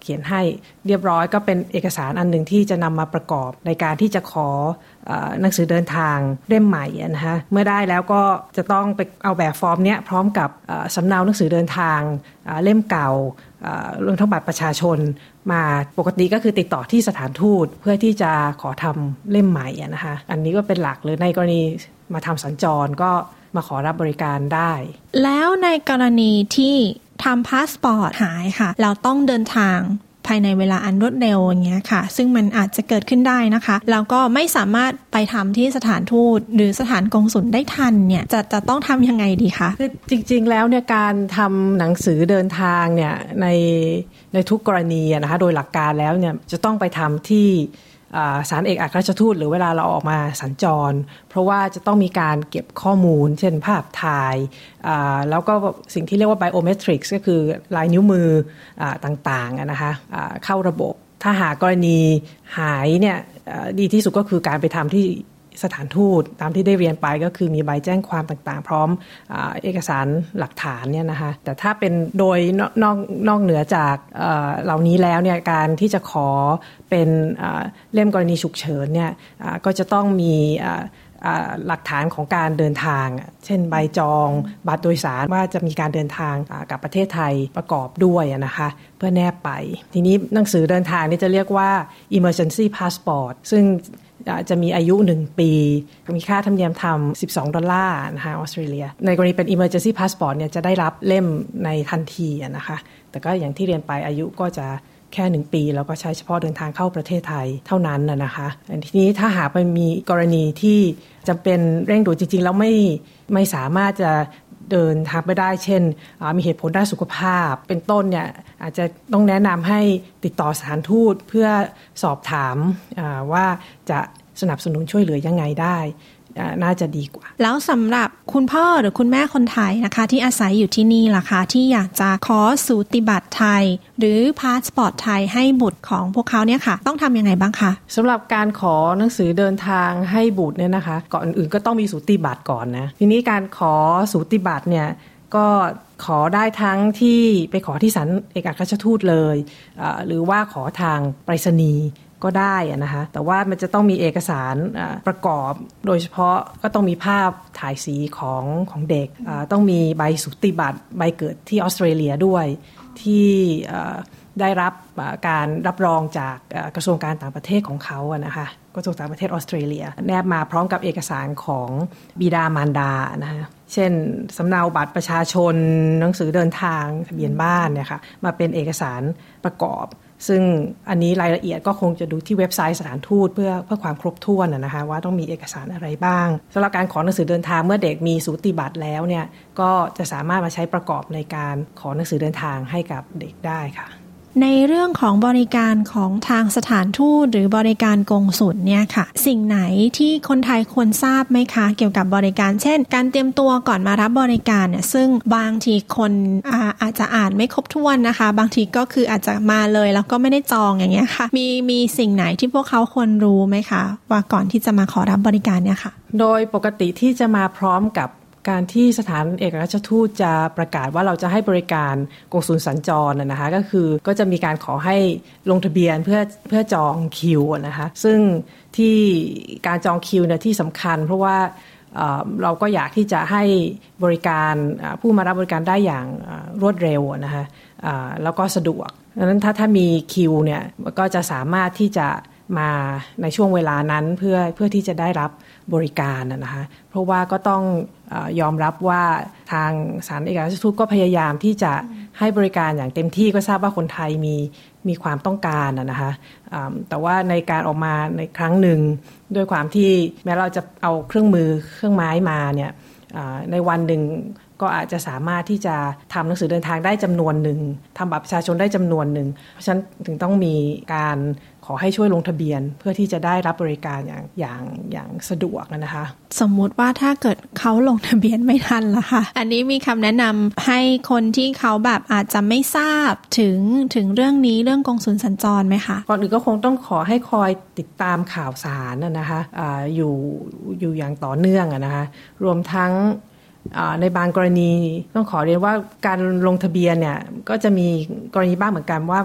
เขียนให้เรียบร้อยก็เป็นเอกสารอันหนึ่งที่จะนำมาประกอบในการที่จะขอหนังสือเดินทางเล่มใหม่นะคะเมื่อได้แล้วก็จะต้องไปเอาแบบฟอร์มเนี้ยพร้อมกับสำเนาหนังสือเดินทางเล่มเก่ารวมทั้งบัตรประชาชนมาปกติก็คือติดต่อที่สถานทูตเพื่อที่จะขอทำเล่มใหม่นะคะอันนี้ก็เป็นหลักเลยในกรณีมาทำสัญจรก็มาขอรับบริการได้แล้วในกรณีที่ทำพาสปอร์ตหายค่ะเราต้องเดินทางภายในเวลาอันรวดเร็วอย่างเงี้ยค่ะซึ่งมันอาจจะเกิดขึ้นได้นะคะแล้วก็ไม่สามารถไปทำที่สถานทูตหรือสถานกงสุลได้ทันเนี่ยจะต้องทำยังไงดีคะคือจริงๆแล้วเนี่ยการทำหนังสือเดินทางเนี่ยในทุกกรณีนะคะโดยหลักการแล้วเนี่ยจะต้องไปทำที่ศาลเอกอัครราชทูตหรือเวลาเราออกมาสัญจรเพราะว่าจะต้องมีการเก็บข้อมูลเช่นภาพถ่ายแล้วก็สิ่งที่เรียกว่า biometrics ก็คือลายนิ้วมือต่างๆนะคะเข้าระบบถ้าหากกรณีหายเนี่ยดีที่สุดก็คือการไปทำที่สถานทูตตามที่ได้เรียนไปก็คือมีใบแจ้งความต่างๆพร้อมเอกสารหลักฐานเนี่ยนะคะแต่ถ้าเป็นโดยนอกเหนือจากเหล่านี้แล้วเนี่ยการที่จะขอเป็นเล่มกรณีฉุกเฉินเนี่ยก็จะต้องมีหลักฐานของการเดินทางเช่นใบจองบัตรโดยสารว่าจะมีการเดินทางกับประเทศไทยประกอบด้วยนะคะเพื่อแนบไปทีนี้หนังสือเดินทางนี่จะเรียกว่า emergency passport ซึ่งจะมีอายุ1ปีมีค่าธรรมเนียมทำ$12นะคะออสเตรเลียในกรณีเป็น emergency passport เนี่ยจะได้รับเล่มในทันทีนะคะแต่ก็อย่างที่เรียนไปอายุก็จะแค่1ปีแล้วก็ใช้เฉพาะเดินทางเข้าประเทศไทยเท่านั้นนะคะทีนี้ถ้าหากมันมีกรณีที่จำเป็นเร่งด่วนจริงๆแล้วไม่สามารถจะเดินทางไปได้เช่นมีเหตุผลด้านสุขภาพเป็นต้นเนี่ยอาจจะต้องแนะนำให้ติดต่อสถานทูตเพื่อสอบถามว่าจะสนับสนุนช่วยเหลือยังไงได้น่าจะดีกว่าแล้วสำหรับคุณพ่อหรือคุณแม่คนไทยนะคะที่อาศัยอยู่ที่นี่ล่ะคะที่อยากจะขอสูติบัตรไทยหรือพาสปอร์ตไทยให้บุตรของพวกเขาเนี่ยค่ะต้องทำยังไงบ้างคะสำหรับการขอหนังสือเดินทางให้บุตรเนี่ยนะคะก่อนอื่นก็ต้องมีสูติบัตรก่อนนะทีนี้การขอสูติบัตรเนี่ยก็ขอได้ทั้งที่ไปขอที่ศาลเอกอัครราชทูตเลยหรือว่าขอทางไปรษณีย์ก็ได้นะคะแต่ว่ามันจะต้องมีเอกสารประกอบโดยเฉพาะก็ต้องมีภาพถ่ายสีของเด็กต้องมีใบสูติบัตรใบเกิดที่ออสเตรเลียด้วยที่ได้รับการรับรองจากกระทรวงการต่างประเทศของเขานะคะกระทรวงต่างประเทศออสเตรเลียแนบมาพร้อมกับเอกสารของบิดามารดานะคะเช่นสำเนาบัตรประชาชนหนังสือเดินทางทะเบียนบ้านเนี่ยค่ะมาเป็นเอกสารประกอบซึ่งอันนี้รายละเอียดก็คงจะดูที่เว็บไซต์สถานทูตเพื่อความครบถ้วนนะคะว่าต้องมีเอกสารอะไรบ้างสำหรับการขอหนังสือเดินทางเมื่อเด็กมีสูติบัตรแล้วเนี่ยก็จะสามารถมาใช้ประกอบในการขอหนังสือเดินทางให้กับเด็กได้ค่ะในเรื่องของบริการของทางสถานทูตหรือบริการกงสุลเนี่ยค่ะสิ่งไหนที่คนไทยควรทราบไหมคะเกี่ยวกับบริการเช่นการเตรียมตัวก่อนมารับบริการเนี่ยซึ่งบางทีคนอาจจะอ่านไม่ครบถ้วนนะคะบางทีก็คืออาจจะมาเลยแล้วก็ไม่ได้จองอย่างเงี้ยค่ะมีสิ่งไหนที่พวกเขาควรรู้ไหมคะว่าก่อนที่จะมาขอรับบริการเนี่ยค่ะโดยปกติที่จะมาพร้อมกับการที่สถานเอกอัครราชทูตจะประกาศว่าเราจะให้บริการกงสุลสัญจรนะคะก็จะมีการขอให้ลงทะเบียนเพื่อจองคิวนะคะซึ่งที่การจองคิวเนี่ยที่สำคัญเพราะว่าเราก็อยากที่จะให้บริการผู้มารับบริการได้อย่างรวดเร็วนะคะแล้วก็สะดวกดังนั้นถ้ามีคิวเนี่ยก็จะสามารถที่จะมาในช่วงเวลานั้นเพื่อที่จะได้รับบริการนะคะเพราะว่าก็ต้องยอมรับว่าทางศาลเอกอัครราชทูตก็พยายามที่จะให้บริการอย่างเต็มที่ก็ทราบว่าคนไทยมีความต้องการนะคะแต่ว่าในการออกมาในครั้งหนึ่งด้วยความที่แม้เราจะเอาเครื่องไม้มาเนี่ยในวันหนึ่งก็อาจจะสามารถที่จะทำหนังสือเดินทางได้จำนวนหนึ่งทำบัตรประชาชนได้จำนวนหนึ่งเพราะฉะนั้นถึงต้องมีการขอให้ช่วยลงทะเบียนเพื่อที่จะได้รับบริการอย่างสะดวกนะคะสมมุติว่าถ้าเกิดเขาลงทะเบียนไม่ทันล่ะค่ะอันนี้มีคำแนะนำให้คนที่เขาแบบอาจจะไม่ทราบถึงเรื่องนี้เรื่องกงสุลสัญจรไหมคะก่อนอื่นก็คงต้องขอให้คอยติดตามข่าวสารนะคะอยู่อย่างต่อเนื่องนะคะรวมทั้งในบางกรณีต้องขอเรียนว่าการลงทะเบียนเนี่ยก็จะมีกรณีบ้างเหมือนกันว่า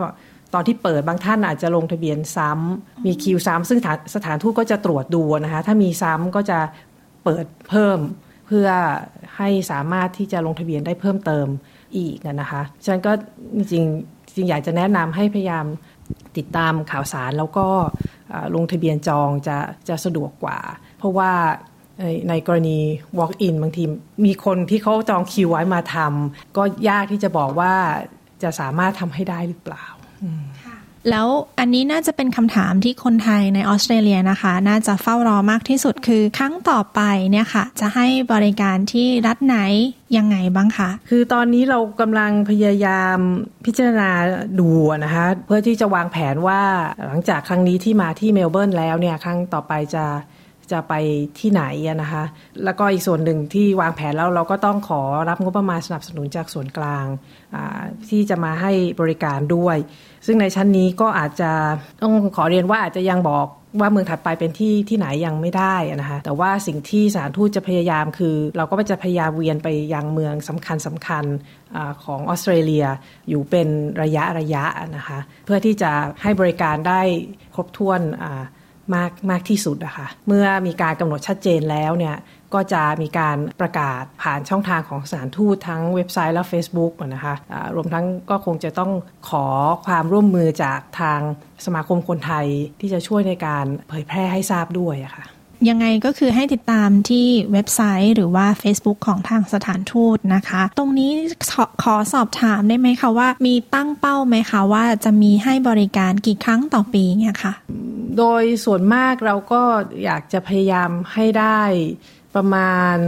ตอนที่เปิดบางท่านอาจจะลงทะเบียนซ้ำมีคิวซ้ำซึ่งสถานทูตก็จะตรวจดูนะคะถ้ามีซ้ำก็จะเปิดเพิ่มเพื่อให้สามารถที่จะลงทะเบียนได้เพิ่มเติมอีกนะคะฉะนั้นก็จริงอยากจะแนะนำให้พยายามติดตามข่าวสารแล้วก็ลงทะเบียนจองจะสะดวกกว่าเพราะว่าในกรณี walk in บางทีมีคนที่เขาจองคิวไว้มาทำก็ยากที่จะบอกว่าจะสามารถทำให้ได้หรือเปล่าแล้วอันนี้น่าจะเป็นคำถามที่คนไทยในออสเตรเลียนะคะน่าจะเฝ้ารอมากที่สุดคือครั้งต่อไปเนี่ยค่ะจะให้บริการที่รัฐไหนยังไงบ้างคะคือตอนนี้เรากำลังพยายามพิจารณาดูนะคะเพื่อที่จะวางแผนว่าหลังจากครั้งนี้ที่มาที่เมลเบิร์นแล้วเนี่ยครั้งต่อไปจะไปที่ไหนนะคะแล้วก็อีกส่วนหนึ่งที่วางแผนแล้วเราก็ต้องขอรับงบประมาณสนับสนุนจากส่วนกลางที่จะมาให้บริการด้วยซึ่งในชั้นนี้ก็อาจจะต้องขอเรียนว่าอาจจะยังบอกว่าเมืองถัดไปเป็นที่ไหนยังไม่ได้นะคะแต่ว่าสิ่งที่สถานทูตจะพยายามคือเราก็จะพยายามเวียนไปยังเมืองสำคัญของออสเตรเลียอยู่เป็นระยะนะคะเพื่อที่จะให้บริการได้ครบถ้วนมากที่สุดนะคะเมื่อมีการกำหนดชัดเจนแล้วเนี่ยก็จะมีการประกาศผ่านช่องทางของสถานทูตทั้งเว็บไซต์และ Facebook นะคะรวมทั้งก็คงจะต้องขอความร่วมมือจากทางสมาคมคนไทยที่จะช่วยในการเผยแพร่ให้ทราบด้วยค่ะยังไงก็คือให้ติดตามที่เว็บไซต์หรือว่า Facebook ของทางสถานทูตนะคะตรงนี้ขอสอบถามได้ไหมคะว่ามีตั้งเป้าไหมคะว่าจะมีให้บริการกี่ครั้งต่อปีเนี่ยค่ะโดยส่วนมากเราก็อยากจะพยายามให้ได้ประมาณ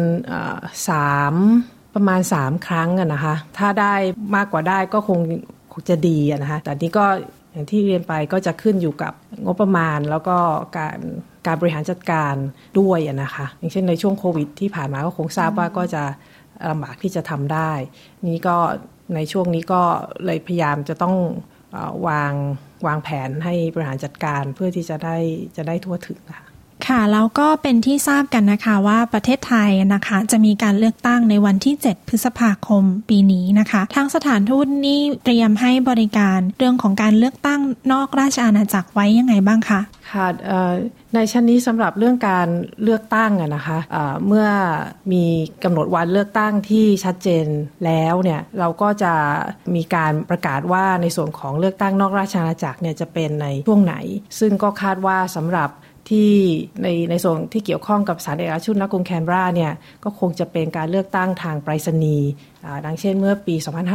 3 ครั้งนะคะถ้าได้มากกว่าได้ก็คงจะดีนะคะแต่นี้ก็อย่างที่เรียนไปก็จะขึ้นอยู่กับงบประมาณแล้วก็การบริหารจัดการด้วยนะคะอย่างเช่นในช่วงโควิดที่ผ่านมาก็คงทราบว่าก็จะลำบากที่จะทำได้นี่ก็ในช่วงนี้ก็เลยพยายามจะต้องวางแผนให้บริหารจัดการเพื่อที่จะได้ทั่วถึงค่ะค่ะแล้วก็เป็นที่ทราบกันนะคะว่าประเทศไทยนะคะจะมีการเลือกตั้งในวันที่7พฤษภาคมปีนี้นะคะทางสถานทูตนี่เตรียมให้บริการเรื่องของการเลือกตั้งนอกราชอาณาจักรไว้ยังไงบ้างคะค่ะในชั้นนี้สำหรับเรื่องการเลือกตั้งนะคะเมื่อมีกำหนดวันเลือกตั้งที่ชัดเจนแล้วเนี่ยเราก็จะมีการประกาศว่าในส่วนของเลือกตั้งนอกราชอาณาจักรเนี่ยจะเป็นในช่วงไหนซึ่งก็คาดว่าสำหรับที่ในส่วนที่เกี่ยวข้องกับศาลเอกอัครราชทูตณกรุงแคนเบราเนี่ยก็คงจะเป็นการเลือกตั้งทางไปรษณีย์ดังเช่นเมื่อปี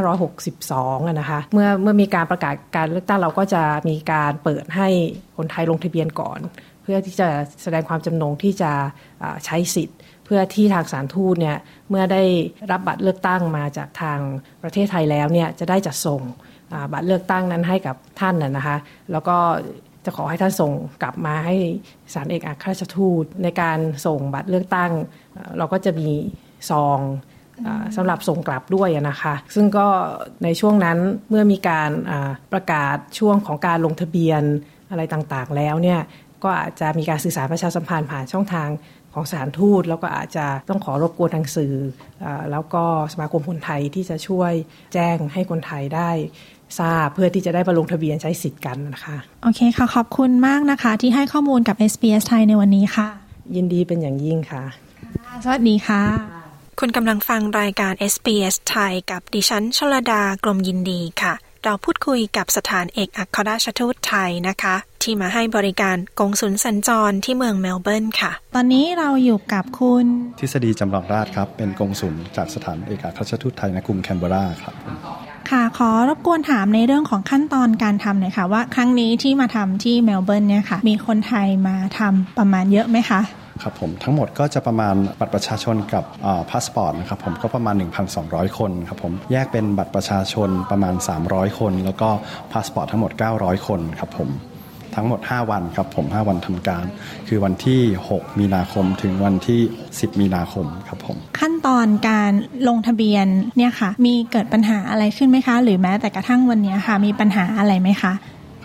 2562นะคะเมื่อมีการประกาศการเลือกตั้งเราก็จะมีการเปิดให้คนไทยลงทะเบียนก่อนเพื่อที่จะแสดงความจำนงที่จะใช้สิทธิ์เพื่อที่ทางศาลทูตเนี่ยเมื่อได้รับบัตรเลือกตั้งมาจากทางประเทศไทยแล้วเนี่ยจะได้จัดส่งบัตรเลือกตั้งนั้นให้กับท่านนะคะแล้วก็จะขอให้ท่านส่งกลับมาให้ศาลเอกอัครราชทูตในการส่งบัตรเลือกตั้งเราก็จะมีซองสำหรับส่งกลับด้วยนะคะซึ่งก็ในช่วงนั้นเมื่อมีการประกาศช่วงของการลงทะเบียนอะไรต่างๆแล้วเนี่ยก็อาจจะมีการสื่อสารประชาสัมพันธ์ผ่านช่องทางของสถานทูตแล้วก็อาจจะต้องขอรบกวนทางสื่อแล้วก็สมาคมคนไทยที่จะช่วยแจ้งให้คนไทยได้ทราบเพื่อที่จะได้มาลงทะเบียนใช้สิทธิ์กันนะคะโอเคค่ะขอบคุณมากนะคะที่ให้ข้อมูลกับ SBS ไทยในวันนี้ค่ะยินดีเป็นอย่างยิ่งค่ะสวัสดีค่ะคุณกำลังฟังรายการ SBS ไทยกับดิฉันชลดากลมยินดีค่ะเราพูดคุยกับสถานเอกอัครราชทูตไทยนะคะที่มาให้บริการกงสุลสัญจรที่เมืองเมลเบิร์นค่ะตอนนี้เราอยู่กับคุณทฤษฎีจำลองราชครับเป็นกงสุลจากสถานเอกอัครราชทูตไทยณกรุงแคนเบราครับค่ะขอรบกวนถามในเรื่องของขั้นตอนการทำหน่อยค่ะว่าครั้งนี้ที่มาทำที่เมลเบิร์นเนี่ยค่ะมีคนไทยมาทำประมาณเยอะไหมคะครับผมทั้งหมดก็จะประมาณบัตรประชาชนกับพาสปอร์ตนะครับผมก็ประมาณ 1,200 คนครับผมแยกเป็นบัตรประชาชนประมาณ300คนแล้วก็พาสปอร์ตทั้งหมด900คนครับผมทั้งหมด5วันครับผม5วันทำการคือวันที่6มีนาคมถึงวันที่10มีนาคมครับผมขั้นตอนการลงทะเบียนเนี่ยค่ะมีเกิดปัญหาอะไรขึ้นไหมคะหรือแม้แต่กระทั่งวันนี้ค่ะมีปัญหาอะไรไหมคะครับ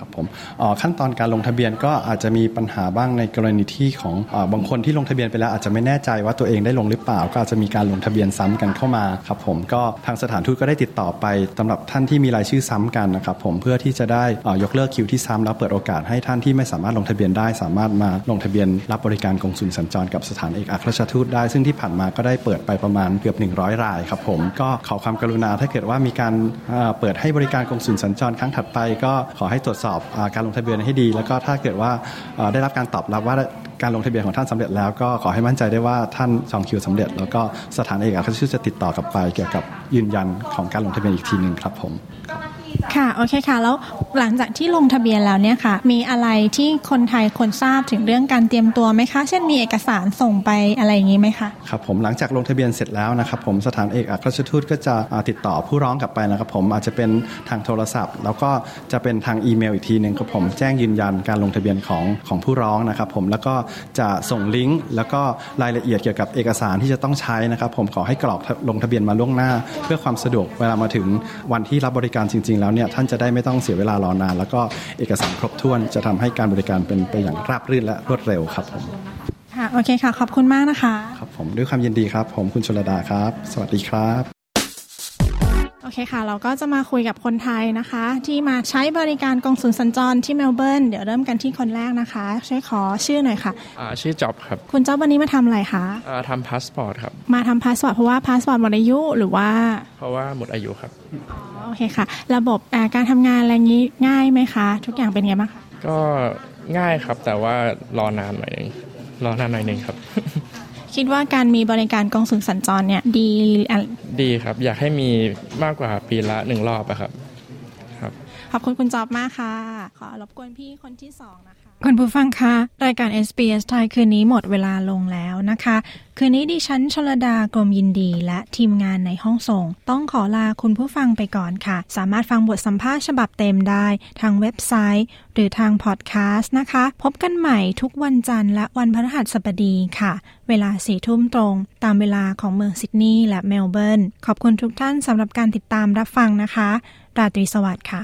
ผมขั้นตอนการลงทะเบียนก็อาจจะมีปัญหาบ้างในกรณีที่ของบางคนที่ลงทะเบียนไปแล้วอาจจะไม่แน่ใจว่าตัวเองได้ลงหรือเปล่าก็อาจจะมีการลงทะเบียนซ้ำกันเข้ามาครับผมก็ทางสถานทูตก็ได้ติดต่อไปสำหรับท่านที่มีรายชื่อซ้ำกันนะครับผมเพื่อที่จะได้ยกเลิกคิวที่ซ้ำแล้วเปิดโอกาสให้ท่านที่ไม่สามารถลงทะเบียนได้สามารถมาลงทะเบียนรับบริการกงสุลสัญจรกับสถานเอกอัครราชทูตได้ซึ่งที่ผ่านมาก็ได้เปิดไปประมาณเกือบ100รายครับผมก็ขอความกรุณาถ้าเกิดว่ามีการเปิดให้บริการกงสุลสัญจรครั้งถัดไปก็ขอให้ตรวจสอบการลงทะเบียนให้ดีแล้วก็ถ้าเกิดว่าได้รับการตอบรับว่าการลงทะเบียนของท่านสำเร็จแล้วก็ขอให้มั่นใจได้ว่าท่านจองคิวสำเร็จแล้วก็สถานเอกอัครราชทูตจะติดต่อกลับไปเกี่ยวกับยืนยันของการลงทะเบียนอีกทีนึงครับผมค่ะโอเคค่ะแล้วหลังจากที่ลงทะเบียนแล้วเนี่ยค่ะมีอะไรที่คนไทยควรทราบถึงเรื่องการเตรียมตัวไหมคะเช่นมีเอกสารส่งไปอะไรอย่างนี้ไหมคะครับผมหลังจากลงทะเบียนเสร็จแล้วนะครับผมสถานเอกอัครราชทูตก็จะติดต่อผู้ร้องกลับไปนะครับผมอาจจะเป็นทางโทรศัพท์แล้วก็จะเป็นทางอีเมลอีกทีนึงครับผมแจ้งยืนยันการลงทะเบียนของผู้ร้องนะครับผมแล้วก็จะส่งลิงก์แล้วก็รายละเอียดเกี่ยวกับเอกสารที่จะต้องใช้นะครับผมขอให้กรอกลงทะเบียนมาล่วงหน้าเพื่อความสะดวกเวลามาถึงวันที่รับบริการจริงๆแล้วเนี่ยท่านจะได้ไม่ต้องเสียเวลารอนานแล้วก็เอกสารครบถ้วนจะทำให้การบริการเป็นไปอย่างราบรื่นและรวดเร็วครับผมค่ะโอเคค่ะขอบคุณมากนะคะครับผมด้วยความยินดีครับผมคุณชลดาครับสวัสดีครับโอเคค่ะเราก็จะมาคุยกับคนไทยนะคะที่มาใช้บริการกงสุลสัญจรที่เมลเบิร์นเดี๋ยวเริ่มกันที่คนแรกนะคะช่วยขอชื่อหน่อยค่ะชื่อจ๊อบครับคุณจ๊อบวันนี้มาทำอะไรคะทำพาสปอร์ตครับมาทำพาสปอร์ตเพราะว่าพาสปอร์ตหมดอายุหรือว่าเพราะว่าหมดอายุครับโอเคค่ะระบบการทำงานอะไรงี้ง่ายไหมคะทุกอย่างเป็นไงบ้างคะก็ง่ายครับแต่ว่ารอนานหน่อยนึงครับคิดว่าการมีบริการกงสุลสัญจรเนี่ยดีครับอยากให้มีมากกว่าปีละ1รอบอะครับขอบคุณคุณจ๊อบมากค่ะขอรบกวนพี่คนที่2นะคะคุณผู้ฟังคะรายการ SBS ไทยคืนนี้หมดเวลาลงแล้วนะคะคืนนี้ดิฉันชลดากรมยินดีและทีมงานในห้องส่งต้องขอลาคุณผู้ฟังไปก่อนค่ะสามารถฟังบทสัมภาษณ์ฉบับเต็มได้ทางเว็บไซต์หรือทางพอดแคสต์นะคะพบกันใหม่ทุกวันจันทร์และวันพฤหัสบดีค่ะเวลา 4 ทุ่มตรงตามเวลาของเมืองซิดนีย์และเมลเบิร์นขอบคุณทุกท่านสำหรับการติดตามรับฟังนะคะราตรีสวัสดิ์ค่ะ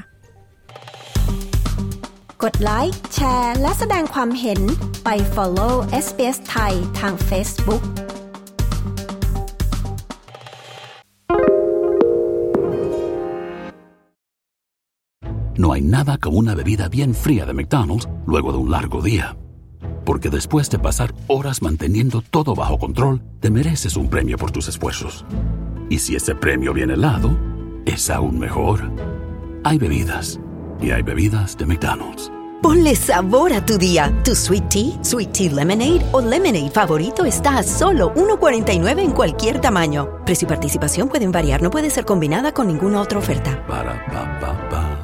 กดไลค์แชร์และแสดงความเห็นไป follow SBS ไทยทาง Facebook No hay nada como una bebida bien fría de McDonald's luego de un largo día. Porque después de pasar horas manteniendo todo bajo control, te mereces un premio por tus esfuerzos. Y si ese premio viene helado, es aún mejor. Hay bebidas. Y hay bebidas de McDonald's. Ponle sabor a tu día. Tu Sweet Tea Lemonade o Lemonade favorito está a solo $1.49 en cualquier tamaño. Precio y participación pueden variar. No puede ser combinada con ninguna otra oferta. Ba-da-ba-ba-ba.